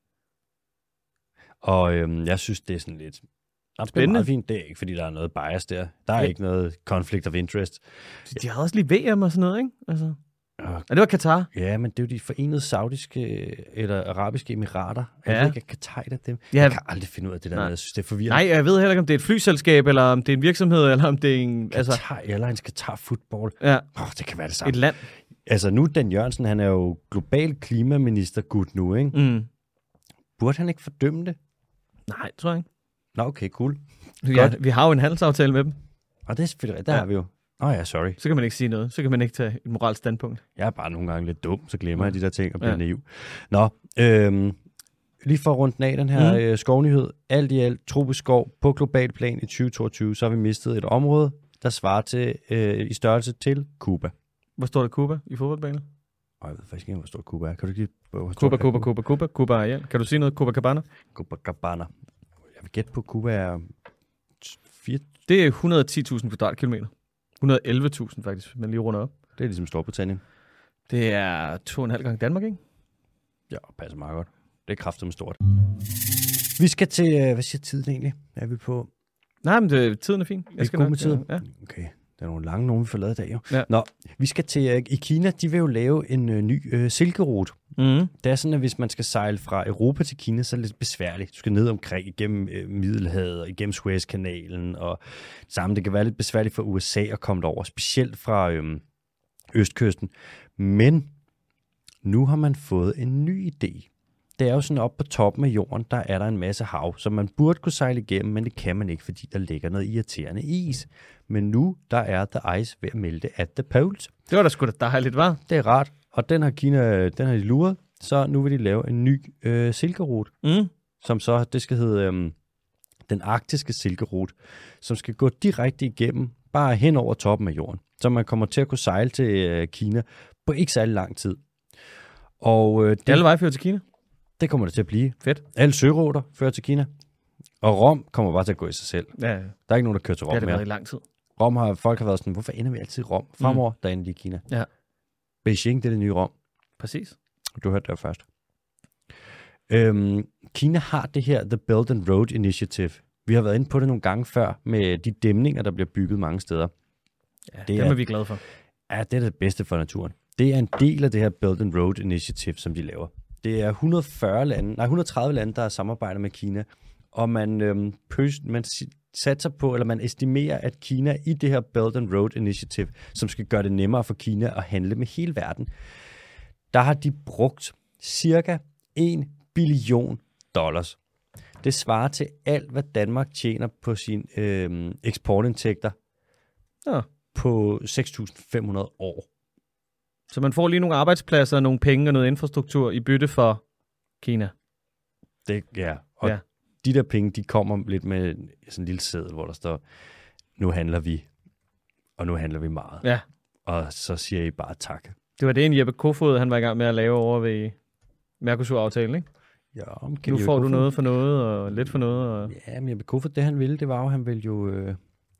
Og jeg synes, det er sådan lidt... Det er meget fint. Det er ikke, fordi der er noget bias der. Der er ikke noget conflict of interest. De har også lige VM og sådan noget, ikke? Altså. Og det var Katar. Ja, men det er jo de forenede saudiske eller arabiske emirater. Ja. Jeg ved ikke, Katar er dem. Ja. Jeg kan aldrig finde ud af det der med. Jeg synes, det er forvirrende. Nej, jeg ved heller ikke, om det er et flyselskab, eller om det er en virksomhed, eller om det er en... Katar Airlines, Katar Football. Ja. Det kan være det samme. Et land. Altså nu, Dan Jørgensen, han er jo global klimaminister gut nu, ikke? Burde han ikke fordømme det? Nej, tror jeg ikke. Nå, okay, cool. Ja, vi har jo en handelsaftale med dem. Og det er selvfølgelig, der har vi jo. Ja, sorry. Så kan man ikke sige noget. Så kan man ikke tage et moralsk standpunkt. Jeg er bare nogle gange lidt dum, så glemmer jeg de der ting og bliver naiv. Nå, lige for at runde den af, den her skovnyhed. Alt i alt, tropisk skov på global plan i 2022, så har vi mistet et område, der svarer til i størrelse til Cuba. Hvor står der Cuba i fodboldbanen? Jeg ved faktisk ikke, hvor stor Cuba er. Kan du ikke... Cuba areal. Kan du sige noget? Copacabana? Copacabana. Jeg vil gætte på, Cuba er 4... Det er 110.000 kvadratkilometer. 111.000 faktisk, men lige runder op. Det er ligesom Storbritannien. Det er 2,5 gange Danmark, ikke? Ja, passer meget godt. Det er kraftigt stort. Vi skal til... Hvad siger tiden egentlig? Er vi på... Nej, men tiden er fin. Jeg skal nok med tiden. Ja. Okay. Der er nogle lange nogen, vi får lavet i dag, jo. Ja. Nå, vi skal til... I Kina, de vil jo lave en ny silkerute. Det er sådan, at hvis man skal sejle fra Europa til Kina, så er det lidt besværligt. Du skal ned omkring igennem Middelhavet og igennem Suezkanalen, og sammen det kan være lidt besværligt for USA at komme derover, specielt fra østkysten. Men nu har man fået en ny idé. Det er jo sådan, op på toppen af jorden, der er der en masse hav, som man burde kunne sejle igennem, men det kan man ikke, fordi der ligger noget irriterende is. Men nu, der er The Ice ved at melde at the poles. Det var da sgu da dejligt, hva'? Det er rart, og den har Kina, den har de luret, så nu vil de lave en ny silkerute, som så, det skal hedde den arktiske silkerute, som skal gå direkte igennem, bare hen over toppen af jorden. Så man kommer til at kunne sejle til Kina på ikke særlig lang tid. Og alle veje fører til Kina? Det kommer det til at blive. Fedt. Alle søruter fører til Kina. Og Rom kommer bare til at gå i sig selv. Ja. Der er ikke nogen, der kører til Rom mere. Det har det været i lang tid. Folk har været sådan, hvorfor ender vi altid i Rom? Fremover, der ender de i Kina. Ja. Beijing, det er det nye Rom. Præcis. Du hørte det først. Kina har det her The Belt and Road Initiative. Vi har været inde på det nogle gange før, med de dæmninger, der bliver bygget mange steder. Ja, det er vi glade for. Ja, det er det bedste for naturen. Det er en del af det her Belt and Road Initiative, som de laver. Det er 130 lande, der samarbejder med Kina, og man satser på, eller man estimerer, at Kina i det her Belt and Road Initiative, som skal gøre det nemmere for Kina at handle med hele verden, der har de brugt cirka $1 billion. Det svarer til alt, hvad Danmark tjener på sine eksportindtægter på 6.500 år. Så man får lige nogle arbejdspladser, nogle penge og noget infrastruktur i bytte for Kina. Og de der penge, de kommer lidt med sådan en lille seddel, hvor der står, nu handler vi, og nu handler vi meget. Ja. Og så siger I bare tak. Det var det, en Jeppe Kofod, han var i gang med at lave over ved Mercosur-aftalen, ikke? Ja, nu får du noget for noget, og lidt for noget. Og... Ja, men Jeppe Kofod, det han ville, det var jo, han ville jo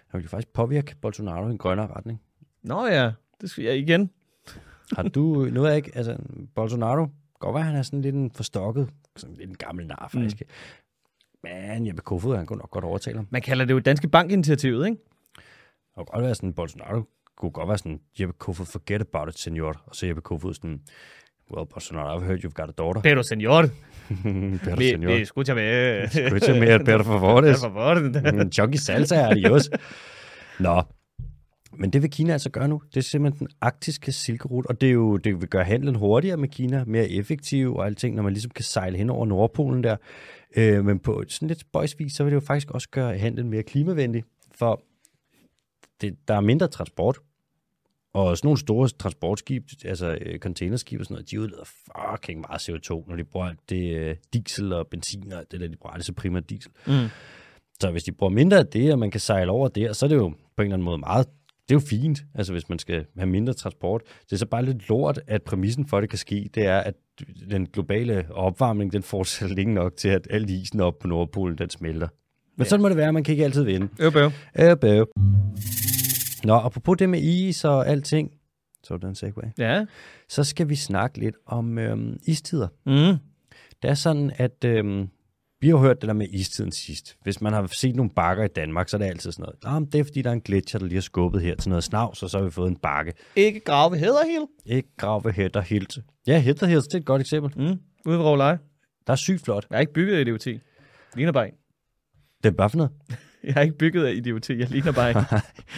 Han vil faktisk påvirke Bolsonaro i en grønnere retning. Nå ja, det skal jeg igen. Har du noget af ikke? Altså, Bolsonaro, godt være, han er sådan lidt en forstokket, sådan lidt en gammel nar, faktisk. Men Jeppe Kofod, han kunne nok godt overtale ham. Man kalder det jo Danske Bank-initiativet, ikke? Det kunne godt være sådan, Bolsonaro kunne godt være sådan, Jeppe Kofod, forget about it, senor. Og så Jeppe Kofod sådan, well, Bolsonaro, I've heard you've got a daughter. Pero senor. Pero senor. Escúchame. Escúchame, per favores. Per favor. Chunky salsa, adios. Nå, men det vil Kina altså gøre nu. Det er simpelthen den arktiske silkerute, og det vil gøre handlen hurtigere med Kina, mere effektiv og alting, når man ligesom kan sejle hen over Nordpolen der. Men på sådan lidt spøjsvis, så vil det jo faktisk også gøre handlen mere klimavenlig, for der er mindre transport. Og sådan nogle store transportskib, altså containerskib og sådan noget, de udleder fucking meget CO2, når de bruger det diesel og benzin og det der, de bruger det så primært diesel. Så hvis de bruger mindre af det, og man kan sejle over det, så er det jo på en eller anden måde meget, det er jo fint, altså hvis man skal have mindre transport. Det er så bare lidt lort, at præmissen for, at det kan ske, det er, at den globale opvarmning, den fortsætter længe nok til, at al isen op på Nordpolen, den smelter. Men sådan må det være, man kan ikke altid vinde. Øbøv. Nå, apropos det med is og alting, så er det en segway. Ja. Så skal vi snakke lidt om istider. Det er sådan, at vi har hørt det der med istiden sidst. Hvis man har set nogle bakker i Danmark, så er det altid sådan noget. Det er fordi, der er en gletsjer, der lige har skubbet her til noget snavs, og så har vi fået en bakke. Ikke grave ved Hedderhill. Ikke grave ved Hedderhill. Ja, Hedderhill, det er et godt eksempel. Ude ved Rovleje. Der er sygt flot. Jeg har ikke bygget idioti. Ligner bare en. Det er bare for noget. Jeg har ikke bygget af idioti, jeg ligner bare en.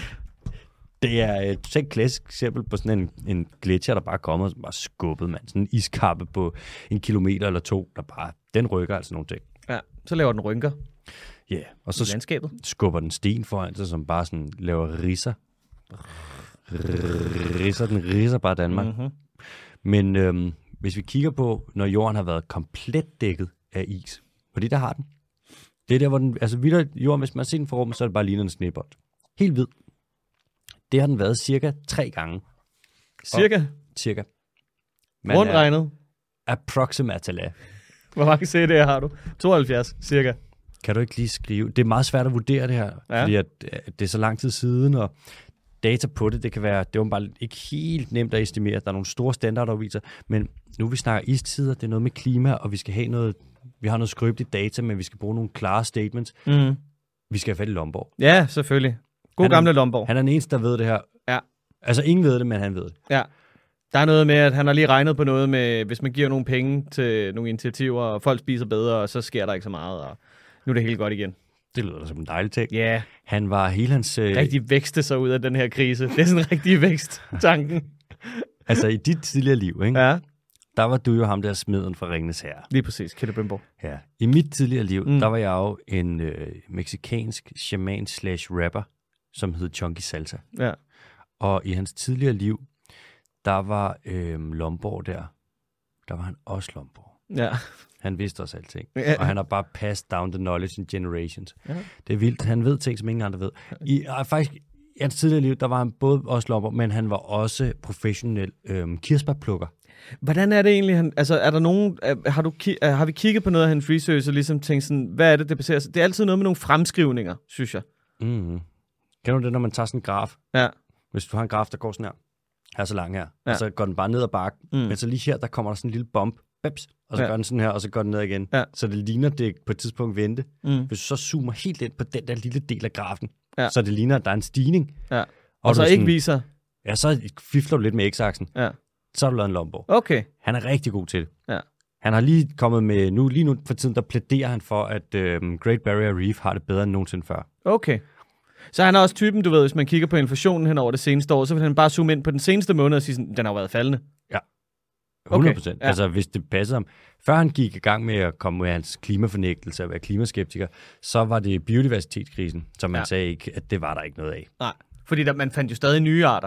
Det er et klassisk eksempel på sådan en gletsjer, der bare kommer og bare skubbet, mand. Sådan en iskappe på 1 kilometer eller 2, der bare, den rykker altså nogle ting. Ja, så laver den rynker. Ja, yeah. Og så landskabet. Skubber den sten foran sig, som bare sådan laver ridser. Den ridser bare Danmark. Men hvis vi kigger på, når jorden har været komplet dækket af is, fordi der har den. Det er der, hvor den, altså vildt jorden, hvis man ser den fra rummet, så er det bare ligner en snebold. Helt hvid. Det har den været cirka 3 gange. Cirka. Rundregnet. Approximately. Hvor mange CD'er har du? 72, cirka. Kan du ikke lige skrive? Det er meget svært at vurdere det her, fordi at det er så lang tid siden, og data på det kan være, det er jo bare ikke helt nemt at estimere. Der er nogle store standardafviser, men nu vi snakker istider, det er noget med klima, og vi skal have noget, vi har noget skrøbeligt data, men vi skal bruge nogle klare statements. Vi skal have fat i Lomborg. Ja, selvfølgelig. God gamle Lomborg. Han er den eneste, der ved det her. Ja. Altså, ingen ved det, men han ved det. Ja. Der er noget med, at han har lige regnet på noget med, hvis man giver nogle penge til nogle initiativer, og folk spiser bedre, og så sker der ikke så meget, og nu er det helt godt igen. Det lyder da som en dejlig ting. Ja. Yeah. Han var hele hans... Rigtig vækste sig ud af den her krise. Det er sådan en rigtig vækst-tanken. Altså, i dit tidligere liv, ikke? Ja. Der var du jo ham der smeden fra Ringenes Herre. Lige præcis, Kette Bømborg. Ja. I mit tidligere liv, der var jeg jo en mexikansk shaman/rapper, som hed Chunky Salsa. Ja. Og i hans tidligere liv, der var Lomborg der var han også Lomborg. Ja. Han vidste også alting. Ja. Og han har bare passed down the knowledge in generations. Ja. Det er vildt. Han ved ting, som ingen andre ved. Faktisk, i hans tidligere liv, der var han både også Lomborg, men han var også professionel kirsebærplukker. Hvordan er det egentlig? Altså, er der nogen... Har vi kigget på noget af hans research og ligesom tænkt sådan, hvad er det baserer sig? Det er altid noget med nogle fremskrivninger, synes jeg. Kender du det, når man tager sådan en graf? Ja. Hvis du har en graf, der går sådan her så lang her, og så går den bare ned ad bakken, men så lige her, der kommer der sådan en lille bump, bips, og så gør den sådan her, og så går den ned igen. Ja. Så det ligner, det på et tidspunkt vente. Hvis du så zoomer helt ind på den der lille del af grafen, så det ligner, at der er en stigning. Ja. Og så ikke viser... Ja, så fifler du lidt med x-aksen. Ja. Så har du lavet en Lomborg. Okay. Han er rigtig god til det. Ja. Han har lige kommet med, lige nu for tiden, der plæderer han for, at Great Barrier Reef har det bedre end nogensinde før. Okay. Så han er også typen, du ved, hvis man kigger på inflationen hen over det seneste år, så vil han bare zoome ind på den seneste måned og sige sådan, den har jo været faldende. Ja. 100%. Okay. Ja. Altså, hvis det passer ham. Før han gik i gang med at komme med hans klimafornægtelse og være klimaskeptiker, så var det biodiversitetskrisen, som man sagde ikke, at det var der ikke noget af. Nej, fordi man fandt jo stadig nye arter.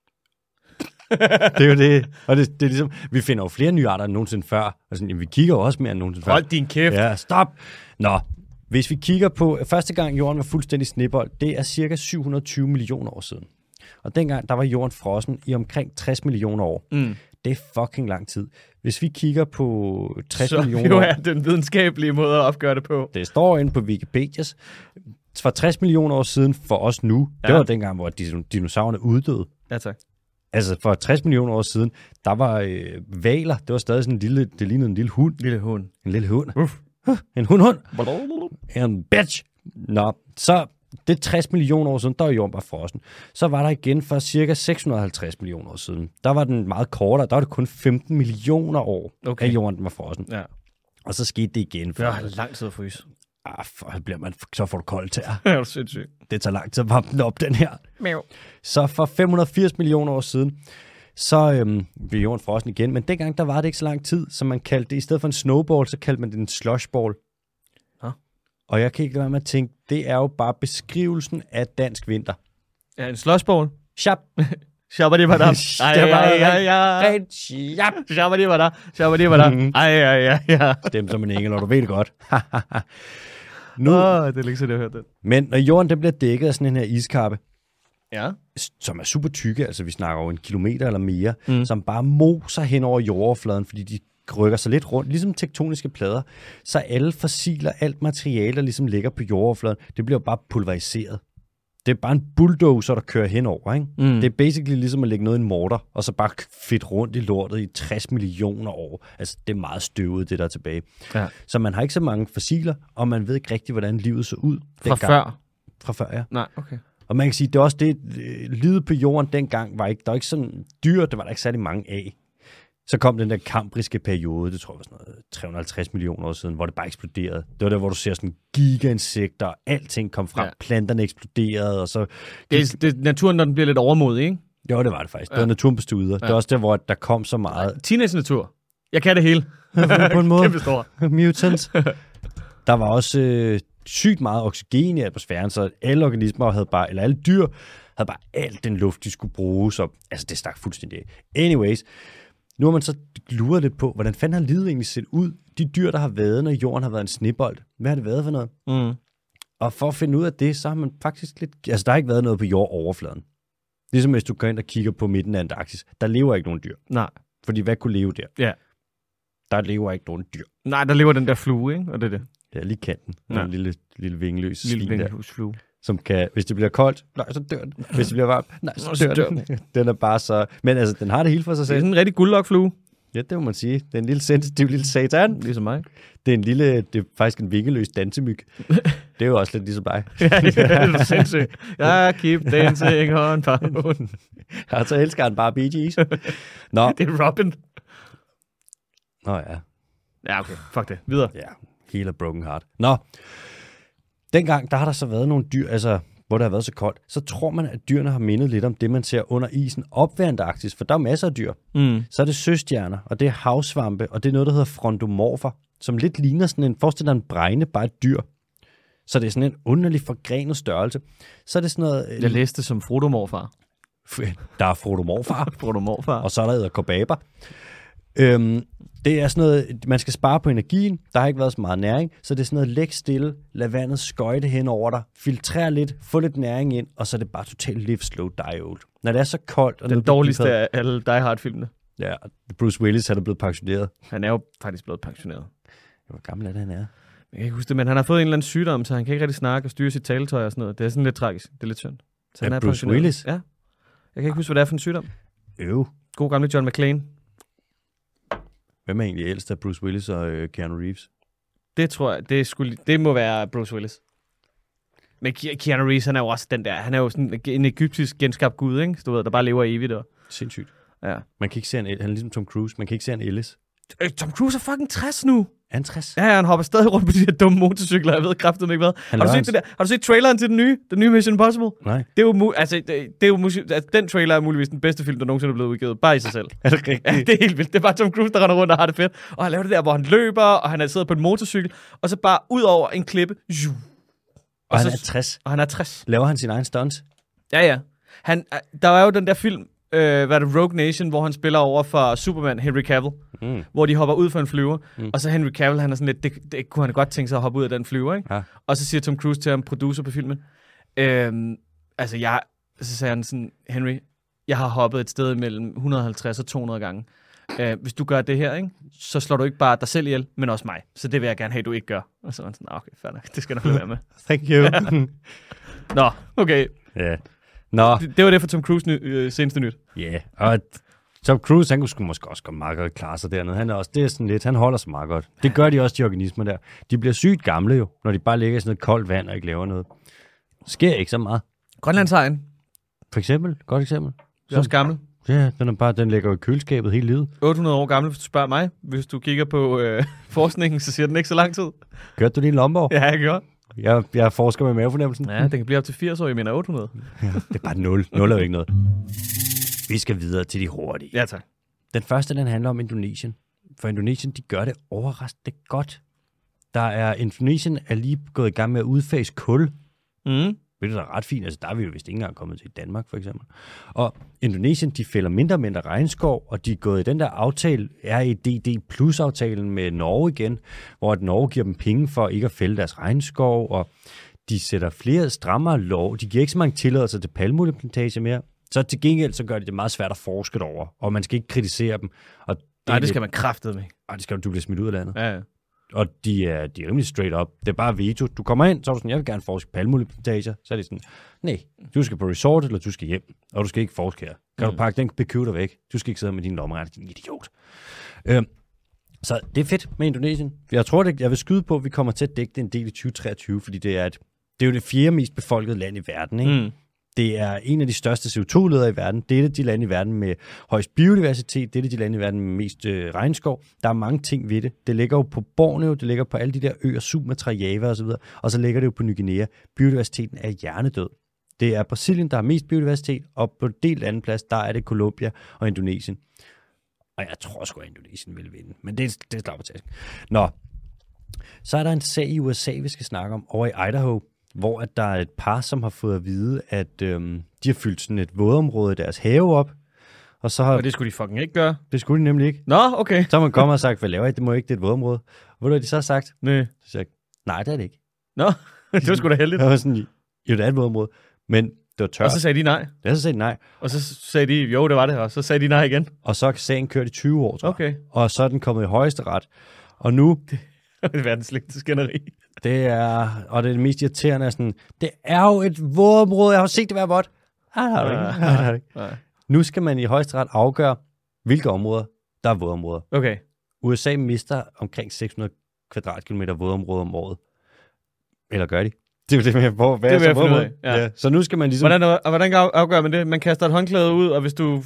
Det er jo det. Og det er ligesom, vi finder jo flere nye arter end nogensinde før. Og sådan, jamen, vi kigger jo også mere end nogensinde før. Hold din kæft. Ja, stop. Nå, hvis vi kigger på, første gang jorden var fuldstændig snebold, det er cirka 720 millioner år siden. Og dengang, der var jorden frossen i omkring 60 millioner år. Det er fucking lang tid. Hvis vi kigger på 60 millioner år... Så jo er den videnskabelige måde at opgøre det på. Det står inde på Wikipedias. for 60 millioner år siden for os nu, det var dengang, hvor dinosaurerne uddøde. Ja, tak. Altså for 60 millioner år siden, der var hvaler, det var stadig sådan en lille, det lignede en lille hund. En lille hund. En hund. En bitch. Nå, så det er 60 millioner år siden, der var jorden bare frossen. Så var der igen for cirka 650 millioner år siden. Der var den meget kortere, der var det kun 15 millioner år, at jorden var frossen. Ja. Og så skete det igen. Det var lang tid at fryse. Så får du koldt tær. Det er sindssygt. Det tager lang tid at varme den op, den her. Så for 580 millioner år siden, så blev jorden frossen igen. Men dengang, der var det ikke så lang tid, så man kaldte det, i stedet for en snowball, så kaldte man det en slushball. Og jeg kan ikke lade være med at tænke, det er jo bare beskrivelsen af dansk vinter. Ja, en slushball. Shab. Shabadibadab. Shabadibadab. Ja. Dem som en engel, og du ved det godt. Nu, det er ikke så, det har hørt det. Men når jorden den bliver dækket af sådan en her iskappe, som er super tykke, altså vi snakker over 1 kilometer eller mere, som bare moser hen over jordoverfladen, fordi de rykker sig lidt rundt, ligesom tektoniske plader, så alle fossiler, alt materiale, der ligesom ligger på jordoverfladen, det bliver bare pulveriseret. Det er bare en bulldozer, der kører henover, ikke? Det er basically ligesom at lægge noget i en morter, og så bare fedt rundt i lortet i 60 millioner år. Altså, det er meget støvet, det der er tilbage. Ja. Så man har ikke så mange fossiler, og man ved ikke rigtig, hvordan livet så ud. Fra før, ja. Nej, okay. Og man kan sige, det er også det, livet på jorden dengang var ikke, der var ikke sådan dyr, der var der ikke særlig mange af. Så kom den der kambriske periode, det tror jeg var sådan noget 350 millioner år siden, hvor det bare eksploderede. Det var der, hvor du ser sådan gigainsekter, og alting kom frem, planterne eksploderede, og så... Det er naturen, når den bliver lidt overmodig, ikke? Jo, det var det faktisk. Det var naturen på studer. Det er også der, hvor der kom så meget... Teenage-natur. Jeg kan det hele. På en måde. Kæmpe stor. Mutants. Der var også sygt meget oxygen i atmosfæren, så alle organismer havde bare, eller alle dyr, havde bare alt den luft, de skulle bruge. Så, altså, det stak fuldstændig af. Anyways... Nu har man så luret lidt på, hvordan fanden har livet egentlig set ud? De dyr, der har været, når jorden har været en snebold. Hvad har det været for noget? Og for at finde ud af det, så har man faktisk lidt... Altså, der har ikke været noget på jordoverfladen. Ligesom hvis du går ind og kigger på midten af Antarktis. Der lever ikke nogen dyr. Nej. Fordi hvad kunne leve der? Ja. Der lever ikke nogen dyr. Nej, der lever den der flue, ikke? Og det er det. Ja, lige kanten. Ja. En lille vingeløs svin der. Flue. Som kan, hvis det bliver koldt, nej, så dør den. Hvis det bliver varmt, nej, så dør den. Den er bare så... Men altså, den har det hele for sig selv. Det er sådan en rigtig guldlokflue. Ja, det må man sige. Det er en lille sensitiv lille satan. Ligesom mig. Det er faktisk en vingeløs dansemyg. Det er jo også lidt ligesom dig. Ja, det er sindssygt. Jeg keep dancing on pound. Og så elsker han bare Bee Gees. Nå. Det er Robin. Nå ja. Ja, okay. Fuck det. Videre. Ja, hele broken heart. Nå. Dengang, der har der så været nogle dyr, altså, hvor det har været så koldt, så tror man, at dyrene har mindet lidt om det, man ser under isen op ved Antarktis, for der er masser af dyr. Så er det søstjerner, og det er havsvampe, og det er noget, der hedder frontomorfer, som lidt ligner sådan en, forestil dig en bregne, bare et dyr. Så det er sådan en underlig forgrenet størrelse. Så er det sådan noget... Jeg læste som frodomorfar. Der er frodomorfar. Frodomorfar. Og så er der edderkobaber. Det er sådan noget, man skal spare på energien, der har ikke været så meget næring, så det er sådan noget, læg stille, lad vandet skøjte hen over dig, filtrer lidt, få lidt næring ind, og så er det bare totalt live slow, die old. Når det er så koldt... Og den dårligste af alle Die Hard-filmene. Ja, Bruce Willis er blevet pensioneret. Han er jo faktisk blevet pensioneret. Hvor gammel er det, han er? Jeg kan ikke huske det, men han har fået en eller anden sygdom, så han kan ikke rigtig snakke og styre sit taletøj og sådan noget. Det er sådan lidt tragisk, det er lidt synd. Så han er Bruce Willis? Ja. Jeg kan ikke huske, hvad det er for en sygdom. God gamle John McClane. Hvem er egentlig ældst af Bruce Willis og Keanu Reeves? Det tror jeg, det må være Bruce Willis. Men Keanu Reeves, han er jo også den der, han er jo sådan en egyptisk genskabt gud, ikke? Du ved, der bare lever evigt. Og... Sindssygt. Ja. Man kan ikke se han er ligesom Tom Cruise, man kan ikke se han Ellis. Tom Cruise er fucking 60 nu. Er han 60? Ja, han hopper stadig rundt på de her dumme motorcykler, jeg ved kraftedeme ikke hvad. Har du set traileren til den nye Mission Impossible? Nej. Det er jo den trailer er muligvis den bedste film, der nogensinde er blevet udgivet, bare i sig selv. Er det rigtigt? Ja, det er helt vildt. Det er bare Tom Cruise, der render rundt og har det fedt. Og han laver det der, hvor han løber, og han er siddet på en motorcykel, og så bare ud over en klippe. Og han er 60? Og han er 60. Laver han sin egen stunts? Ja. Der var jo den der film, hvad er det, Rogue Nation, hvor han spiller over for Superman, Henry Cavill, hvor de hopper ud for en flyver, og så Henry Cavill, han er sådan lidt, det kunne han godt tænke sig at hoppe ud af den flyver, ikke? Ja. Og så siger Tom Cruise til ham, producer på filmen, så sagde han sådan, Henry, jeg har hoppet et sted mellem 150 og 200 gange. hvis du gør det her, ikke, så slår du ikke bare dig selv ihjel, men også mig. Så det vil jeg gerne have, du ikke gør. Og så var han sådan, okay, fair nok, det skal jeg nok være med. Thank you. Nå, okay. Ja. Nå. Det var det for Tom Cruise seneste nyt. Ja, og Tom Cruise, han kunne sgu måske også meget godt klare sig dernede. Han er også, det er sådan lidt, han holder sig meget godt. Det gør de også, de organismer der. De bliver sygt gamle jo, når de bare ligger i sådan noget koldt vand og ikke laver noget. Det sker ikke så meget. Grønlandshajen. For eksempel, godt eksempel. Det er også gammel. Ja, den ligger jo i køleskabet hele livet. 800 år gammel, hvis du spørger mig. Hvis du kigger på forskningen, så siger den ikke så lang tid. Kørte du lige en Lomborg? Ja, jeg gjorde. Jeg forsker med mavefornemmelsen. Ja, den kan blive op til 80 år, jeg mener 800. Ja, det er bare 0. 0 er jo ikke noget. Vi skal videre til de hurtige. Ja, tak. Den første, den handler om Indonesien. For Indonesien, de gør det overraskende godt. Indonesien er lige gået i gang med at udfase kul. Det er ret fint. Altså, der er vi jo vist ikke engang kommet til Danmark, for eksempel. Og Indonesien, de fælder mindre og mindre regnskov, og de er gået i den der aftale, REDD Plus-aftalen med Norge igen, hvor at Norge giver dem penge for ikke at fælde deres regnskov, og de sætter flere strammere lov. De giver ikke så mange tilladelser til palmeolieplantager mere. Så til gengæld, så gør de det meget svært at forske over, og man skal ikke kritisere dem. Og det skal man kraftedeme. Og det skal du blive smidt ud af landet. Ja. Og de er rimelig straight up. Det er bare veto. Du kommer ind, så er du sådan, jeg vil gerne forske palmeolieplantager. Så er det sådan, nej, du skal på resort, eller du skal hjem, og du skal ikke forske her. Kan du pakke den computer væk? Du skal ikke sidde med din lommeregner, din idiot. Så det er fedt med Indonesien. Jeg tror, jeg vil skyde på, at vi kommer til at dække det en del i 2023, fordi det er jo det fjerde mest befolkede land i verden, ikke? Det er en af de største CO2-ledere i verden. Det er de lande i verden med højst biodiversitet. Det er de lande i verden med mest regnskov. Der er mange ting ved det. Det ligger jo på Borneo, det ligger på alle de der øer, Sumatra, Java osv. Og så ligger det jo på Ny Guinea. Biodiversiteten er hjernedød. Det er Brasilien, der har mest biodiversitet, og på en del anden plads, der er det Colombia og Indonesien. Og jeg tror sgu, at Indonesien vil vinde. Men det er slag på tasken. Nå, så er der en sag i USA, vi skal snakke om, over i Idaho, hvor at der er et par, som har fået at vide, at de har fyldt sådan et vådområde i deres have op. Og det skulle de fucking ikke gøre. Det skulle de nemlig ikke. Nå, okay. Så har man kommet og sagt, hvad laver I? Det må ikke, det er et vådområde. Og hvad har de så sagt? Nej. Så sagde nej, det er det ikke. Nå, det var sgu da heldigt. Jeg var sådan, jo, det er et vådområde, men det var tørt. Og så sagde de nej. Ja, så sagde de nej. Og så sagde de, jo, det var det, og så sagde de nej igen. Og så er sagen kørt i 20 år, tror jeg. Okay. Og så er den kommet i højesteret. Og nu... Det er verdens længste skænderi. Det er, og det mest irriterende er sådan, det er jo et vådområde, jeg har set det være vådt. Nej. Nu skal man i højesteret afgøre, hvilke områder, der er vådområder. Okay. USA mister omkring 600 kvadratkilometer vådområder om året. Eller gør de? Det er jo det med, hvor hvad det er så vådområde? Ja. Så nu skal man ligesom... Hvordan afgør man det? Man kaster et håndklæde ud, og hvis du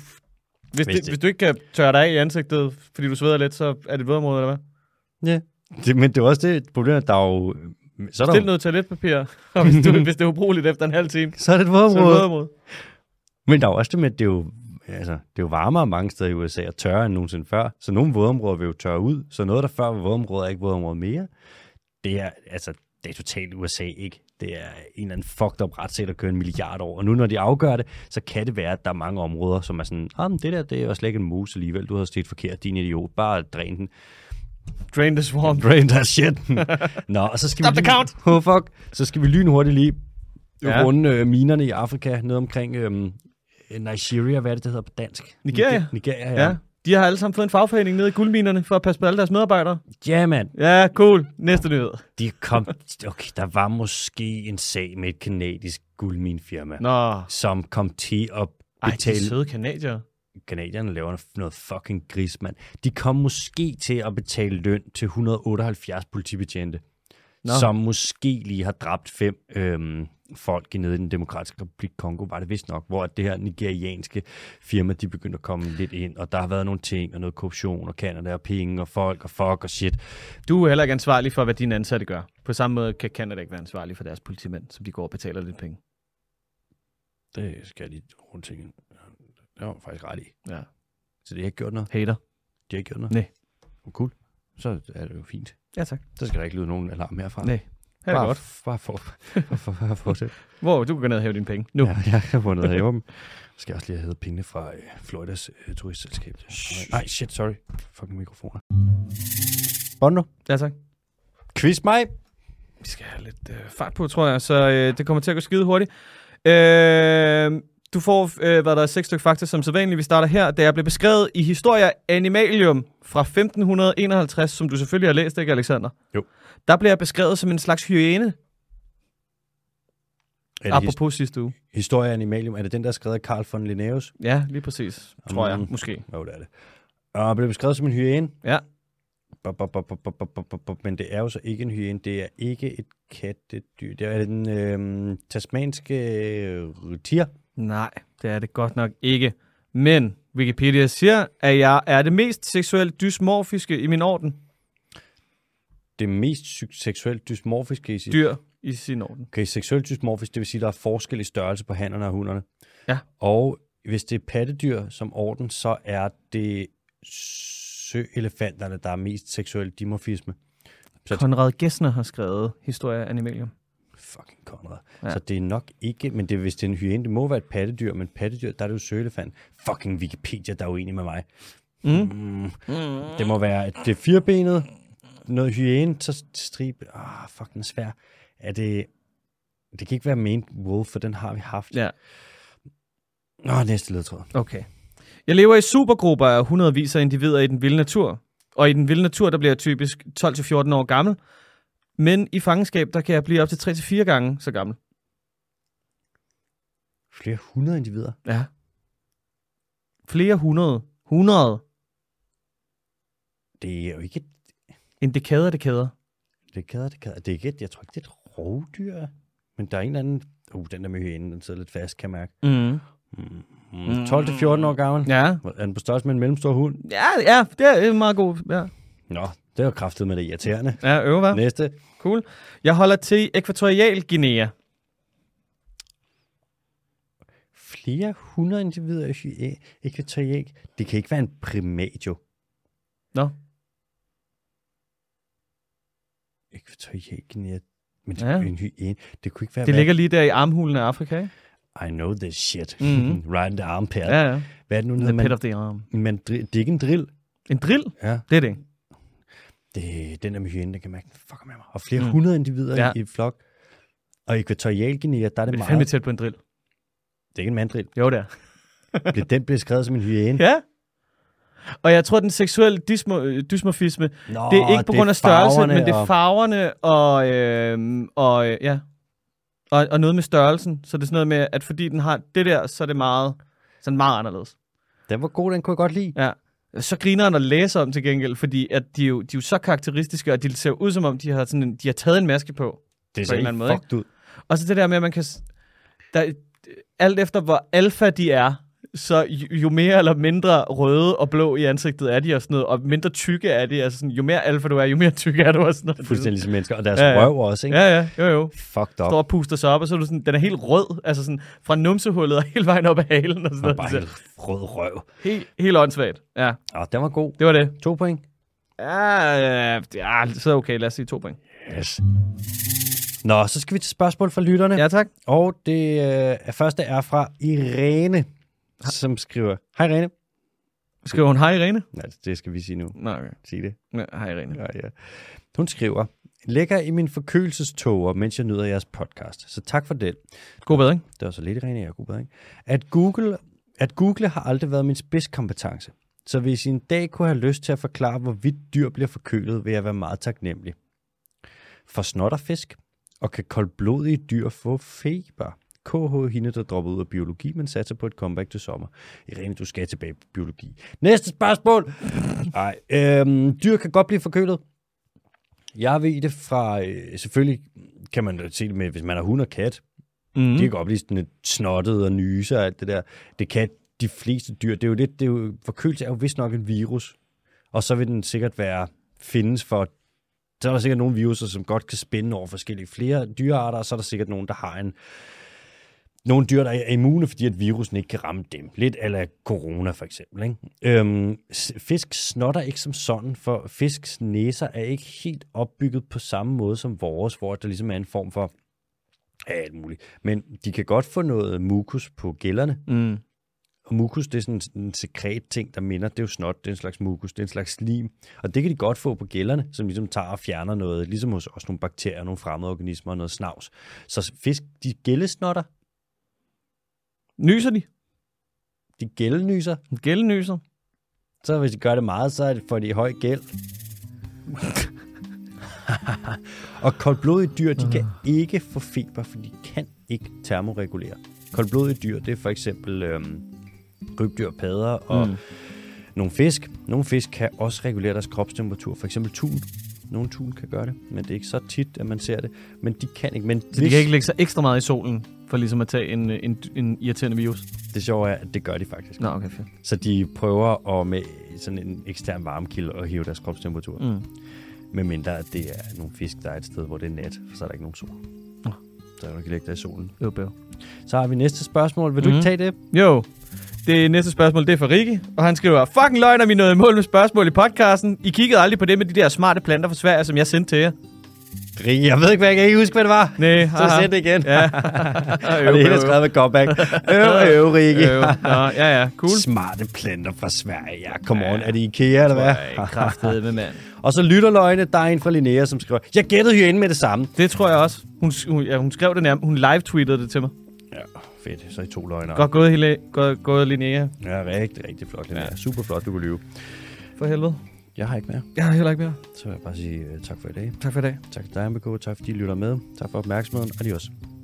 ikke kan tørre dig af i ansigtet, fordi du sveder lidt, så er det et vådområde, eller hvad? Ja. Men det er også det problem, at der er jo... Stil noget toiletpapir, og hvis det er ubrugeligt efter en halv time, så er det et vådområde. Men der er jo også det med, at det er jo varmere mange steder i USA og tørre end nogensinde før. Så nogle vådområder vil jo tørre ud. Så noget, der før var vådområder, er ikke vådområder mere. Det er totalt USA ikke. Det er en eller anden fucked up retssag, der kører 1 milliard år. Og nu, når de afgør det, så kan det være, at der er mange områder, som er sådan, men det er jo slet ikke en mus alligevel. Du har set forkert, din idiot. Bare dræn den. Drain the swamp. Drain that shit. Nå, og så skal Stop the count. Oh, fuck. Så skal vi lynhurtigt lige runde minerne i Afrika, ned omkring Nigeria, hvad er det hedder på dansk? Nigeria, ja. De har alle sammen fået en fagforening nede i guldminerne for at passe på alle deres medarbejdere. Ja, mand. Ja, cool. Næste nyhed. Der var måske en sag med et kanadisk guldminefirma, som kom til at betale... Ej, de søde kanadier. Kanadierne laver noget fucking gris, mand. De kom måske til at betale løn til 178 politibetjente, som måske lige har dræbt 5 folk nede i den demokratiske republik Kongo, var det vist nok, hvor det her nigerianske firma, de begyndte at komme lidt ind, og der har været nogle ting, og noget korruption, og Canada, og penge, og folk, og fuck, og shit. Du er heller ikke ansvarlig for, hvad dine ansatte gør. På samme måde kan Canada ikke være ansvarlig for deres politimænd, som de går og betaler lidt penge. Det skal de rundt tænke. Det var faktisk ret i. Ja. Så det har ikke gjort noget? Hater. De har ikke gjort noget? Nej. Cool. Så er det jo fint. Ja, tak. Så skal der ikke lyde nogen alarm herfra. Nej. Bare få det. Hvor du kan gå ned og hæve dine penge. Nu. Ja, jeg kan gå ned og hæve dem. Skal jeg også lige have hævet pengene fra Floridas turistselskab. Nej, shit, sorry. Fucking mikrofoner. Bondo. Ja, tak. Quiz mig. Vi skal have lidt fart på, tror jeg. Så det kommer til at gå skide hurtigt. Du får, hvad der er 6 stykker fakta, som sædvanligt. Vi starter her. Det er blevet beskrevet i Historia Animalium fra 1551, som du selvfølgelig har læst, ikke, Alexander? Jo. Der bliver beskrevet som en slags hyæne. Apropos sidste uge. Historia Animalium, er det den, der er skrevet af Carl von Linnaeus? Ja, lige præcis. Tror jeg, måske. Jo, det er det. Og blev beskrevet som en hyæne. Ja. Men det er jo så ikke en hyæne. Det er ikke et kattedyr. Det er den tasmanske tiger. Nej, det er det godt nok ikke. Men Wikipedia siger, at jeg er det mest seksuelt dysmorfiske i min orden. Det mest seksuelt dysmorfiske i sit dyr i sin orden. Okay, seksuelt dysmorfisk, det vil sige, at der er forskel i størrelse på hannerne og hunderne. Ja. Og hvis det er pattedyr som orden, så er det søelefanterne, der er mest seksuelt dimorfisme. Konrad Gessner har skrevet Historia Animalium. Fucking Konrad. Ja. Så det er nok ikke, men det, hvis det er en hyæne, det må være et pattedyr, men pattedyr, der er det jo søelefant. Fucking Wikipedia, der er uenig med mig. Det må være, det er firebenet, noget hyæne, så stribe. Fucking svær. Er det kan ikke være main wolf, for den har vi haft. Ja. Næste ledtråd. Okay. Jeg lever i supergrupper af hundredvis af individer i den vilde natur. Og i den vilde natur, der bliver jeg typisk 12-14 år gammel. Men i fangenskab, der kan jeg blive op til 3-4 gange så gammel. Flere 100 individer? Ja. Flere 100. 100. Det er jo ikke... En dekade. Dekade. Det er ikke jeg tror ikke, det er et rovdyr. Men der er en eller anden... den der med hyænen, den sidder lidt fast, kan jeg mærke. 12-14 år gammel? Ja. Er den på størrelse med en mellemstor hund? Ja, det er meget god. Ja. Nå, det er jo kraftet med det irriterende. Ja, øver. Næste. Cool. Jeg holder til Ækvatorial Guinea. Flere 100 individer i Ækvatorial. Det kan ikke være en primat, jo. Nå. Ækvatorial Guinea. Men det er en hyæne. Det kunne ikke være... Det ligger lige der i armhulen af Afrika, ikke? I know this shit. Right in the armpit. Ja. Hvad er det nu? The pit of the arm. Det er ikke en drill. En drill? Ja. Det er det. Den der med hyænen, den kan mærke, fucker med mig. Og flere 100 individer i et flok. Og i Ækvatorial Guinea, der er det meget... Det er fandme tæt på en drill. Det er ikke en manddrill. Jo, det er. Den blev skrevet som en hyæne. Ja. Og jeg tror, den seksuelle dysmorfisme, det er ikke på grund af størrelse, men det er farverne og noget med størrelsen. Så det er sådan noget med, at fordi den har det der, så er det meget anderledes. Den var god, den kunne jeg godt lide. Ja. Så griner han at læse om til gengæld, fordi at de er jo så karakteristiske, og de ser ud som om, de har taget en maske på. Det ser ikke fucked ud. Og så det der med, at man kan... alt efter hvor alfa de er, så jo mere eller mindre røde og blå i ansigtet er de og sådan noget, og mindre tykke er de, altså sådan, jo mere alfa du er, jo mere tykke er du og sådan noget. Fuldstændig ligesom mennesker, og deres røv også, ikke? Ja, jo. Fucked up. Står og puster sig op, og så er du sådan, den er helt rød, altså sådan fra numsehullet og hele vejen op ad halen og sådan noget. Bare helt rød røv. Helt åndssvagt, ja. Den var god. Det var det. 2 point. Ja, så okay, lad os sige 2 point. Yes. Nå, så skal vi til spørgsmål fra lytterne. Ja, tak. Og det første er fra Irene, som skriver, hej Irene. Skriver hun hej Irene? Nej, det skal vi sige nu. Nå, okay. Sig det. Ja, hej Irene. Ja. Hun skriver, ligger i min forkølelsestoger, mens jeg nyder jeres podcast. Så tak for det. God bedring. Det var så lidt Irene, god bedring. At Google har aldrig været min spidskompetence. Så hvis I en dag kunne have lyst til at forklare, hvorvidt dyr bliver forkølet, vil jeg være meget taknemmelig. For snotterfisk og kan koldblodige dyr få feber. KH hende, der dropper ud af biologi, men satser på et comeback til sommer. Irene, du skal tilbage på biologi. Næste spørgsmål! Dyr kan godt blive forkølet. Jeg ved det fra... selvfølgelig kan man se det med, hvis man har hund og kat. De kan godt blive sådan lidt snottet og nyse og alt det der. Det kan de fleste dyr. Forkølelse er jo vist nok en virus. Og så vil den sikkert findes for... Så er der sikkert nogle viruser, som godt kan spænde over forskellige flere dyrearter, og så er der sikkert nogen, der har nogle dyr, der er immune, fordi at virusen ikke kan ramme dem. Lidt eller corona for eksempel. Ikke? Fisk snotter ikke som sådan, for fisks næser er ikke helt opbygget på samme måde som vores, hvor der ligesom er en form for alt muligt. Men de kan godt få noget mukus på gællerne. Og mukus, det er sådan en sekret ting, der minder. Det er jo snot, det er en slags mukus, det er en slags slim. Og det kan de godt få på gællerne, som ligesom tager og fjerner noget, ligesom hos os nogle bakterier, nogle fremmede organismer og noget snavs. Så fisk, de gællesnotter, Nyser de? De gældenyser. Gældenyser? Så hvis de gør det meget, så får de høj gæld. Og koldblodige dyr, de kan ikke få feber, for de kan ikke termoregulere. Koldblodige dyr, det er for eksempel krybdyr, padder og nogle fisk. Nogle fisk kan også regulere deres kropstemperatur. For eksempel tun. Nogle tun kan gøre det, men det er ikke så tit, at man ser det. Men de kan ikke. Men så de kan ikke lægge sig ekstra meget i solen, for ligesom at tage en irriterende virus? Det sjove er, at det gør de faktisk. Nå, okay, fint. Så de prøver med sådan en ekstern varmekilde at hive deres kropstemperatur. Medmindre at det er nogle fisk, der er et sted, hvor det er nat, for så er der ikke nogen sol. Så kan du ikke lægge dig i solen. Så har vi næste spørgsmål. Vil du ikke tage det? Jo. Det næste spørgsmål, det er fra Rikke, og han skriver, fucking løgner, vi nåede i mål med spørgsmål i podcasten. I kiggede aldrig på det med de der smarte planter fra Sverige, som jeg sendte til jer. Rikke, jeg ved ikke, hvad jeg kan ikke huske, hvad det var. Nej, så send det igen. Ja. Og det hele er skrevet med comeback. Rikke. Nå, ja, cool. Smarte planter fra Sverige. Ja, come on. Er det IKEA, eller hvad? Kraftede med mand. Og så lytterløgne, der er en fra Linnea, som skriver, jeg gættede herinde med det samme. Det tror jeg også. Hun skrev det nærmest. Hun live-tweetede det til mig. Ja, fedt. Så I 2 løgner. Godt gået, Linnea. Ja, rigtig flot, Linnea. Ja. Super flot, du kunne lyve. For helvede. Jeg har ikke mere. Jeg har heller ikke mere. Så vil jeg bare sige tak for i dag. Tak for i dag. Tak til dig, MBK. Tak fordi I lytter med. Tak for opmærksomheden. Adios.